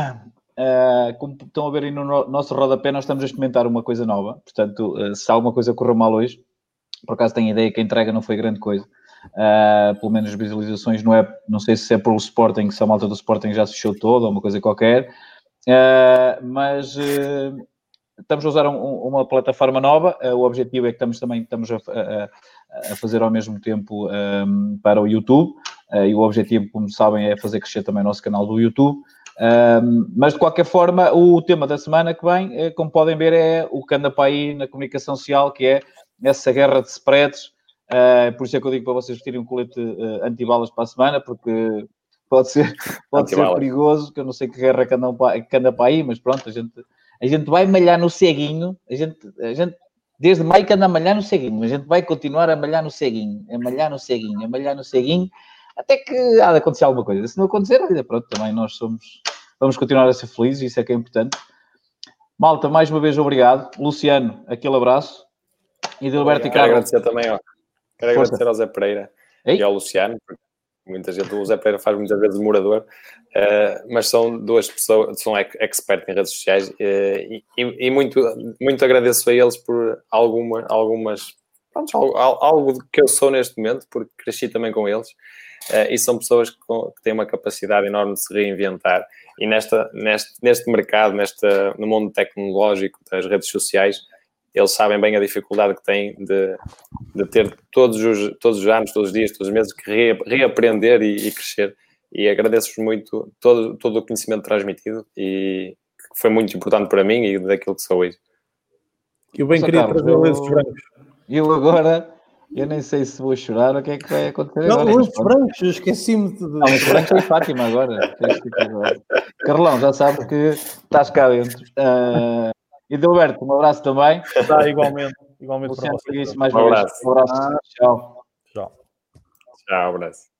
Uh, como estão a ver aí no nosso rodapé, nós estamos a experimentar uma coisa nova. Portanto, uh, se alguma coisa correu mal hoje, por acaso tenho a ideia que a entrega não foi grande coisa. Uh, pelo menos as visualizações não é, não sei se é pelo Sporting, se a malta do Sporting já se fechou toda ou uma coisa qualquer. Uh, mas... Uh, Estamos a usar um, uma plataforma nova. Uh, o objetivo é que estamos também estamos a, a, a fazer ao mesmo tempo um, para o YouTube. Uh, e o objetivo, como sabem, é fazer crescer também o nosso canal do YouTube. Um, mas, de qualquer forma, o tema da semana que vem, é, como podem ver, é o que anda para aí na comunicação social, que é essa guerra de spreads. Uh, por isso é que eu digo para vocês vestirem um colete uh, antibalas para a semana, porque pode ser, pode ser perigoso, que eu não sei que guerra que, andam para, que anda para aí, mas pronto, a gente... A gente vai malhar no ceguinho, a gente, a gente desde maio que anda a malhar no ceguinho, a gente vai continuar a malhar no ceguinho, a malhar no ceguinho, a malhar no ceguinho, até que há de acontecer alguma coisa. Se não acontecer, olha, pronto, também nós somos, vamos continuar a ser felizes, isso é que é importante. Malta, mais uma vez, obrigado. Luciano, aquele abraço. E Dilberto e Carlos. Quero agradecer também, ó. Quero Força. agradecer ao Zé Pereira Ei? e ao Luciano, porque muita gente, o Zé Pereira faz muitas vezes demorador, uh, mas são duas pessoas, são expertos em redes sociais, uh, e, e muito, muito agradeço a eles por alguma, algumas, pronto, algo, algo que eu sou neste momento, porque cresci também com eles, uh, e são pessoas que, que têm uma capacidade enorme de se reinventar, e nesta, neste, neste mercado, nesta, no mundo tecnológico das redes sociais, eles sabem bem a dificuldade que têm de, de ter todos os, todos os anos, todos os dias, todos os meses, que re, reaprender e, e crescer. E agradeço-vos muito todo, todo o conhecimento transmitido e que foi muito importante para mim e daquilo que sou hoje. Eu bem queria trazer lenços brancos. Eu agora, eu nem sei se vou chorar ou o que é que vai acontecer não, agora. Lenços brancos, eu esqueci-me de... Não, lenços brancos é Fátima agora. Carlão, já sabes que estás cá dentro. Uh... E Dilberto, um abraço também. Tá, igualmente. Igualmente Luciano, para vocês. Mais um abraço. Um abraço. Ah, tchau. Tchau. Tchau, abraço.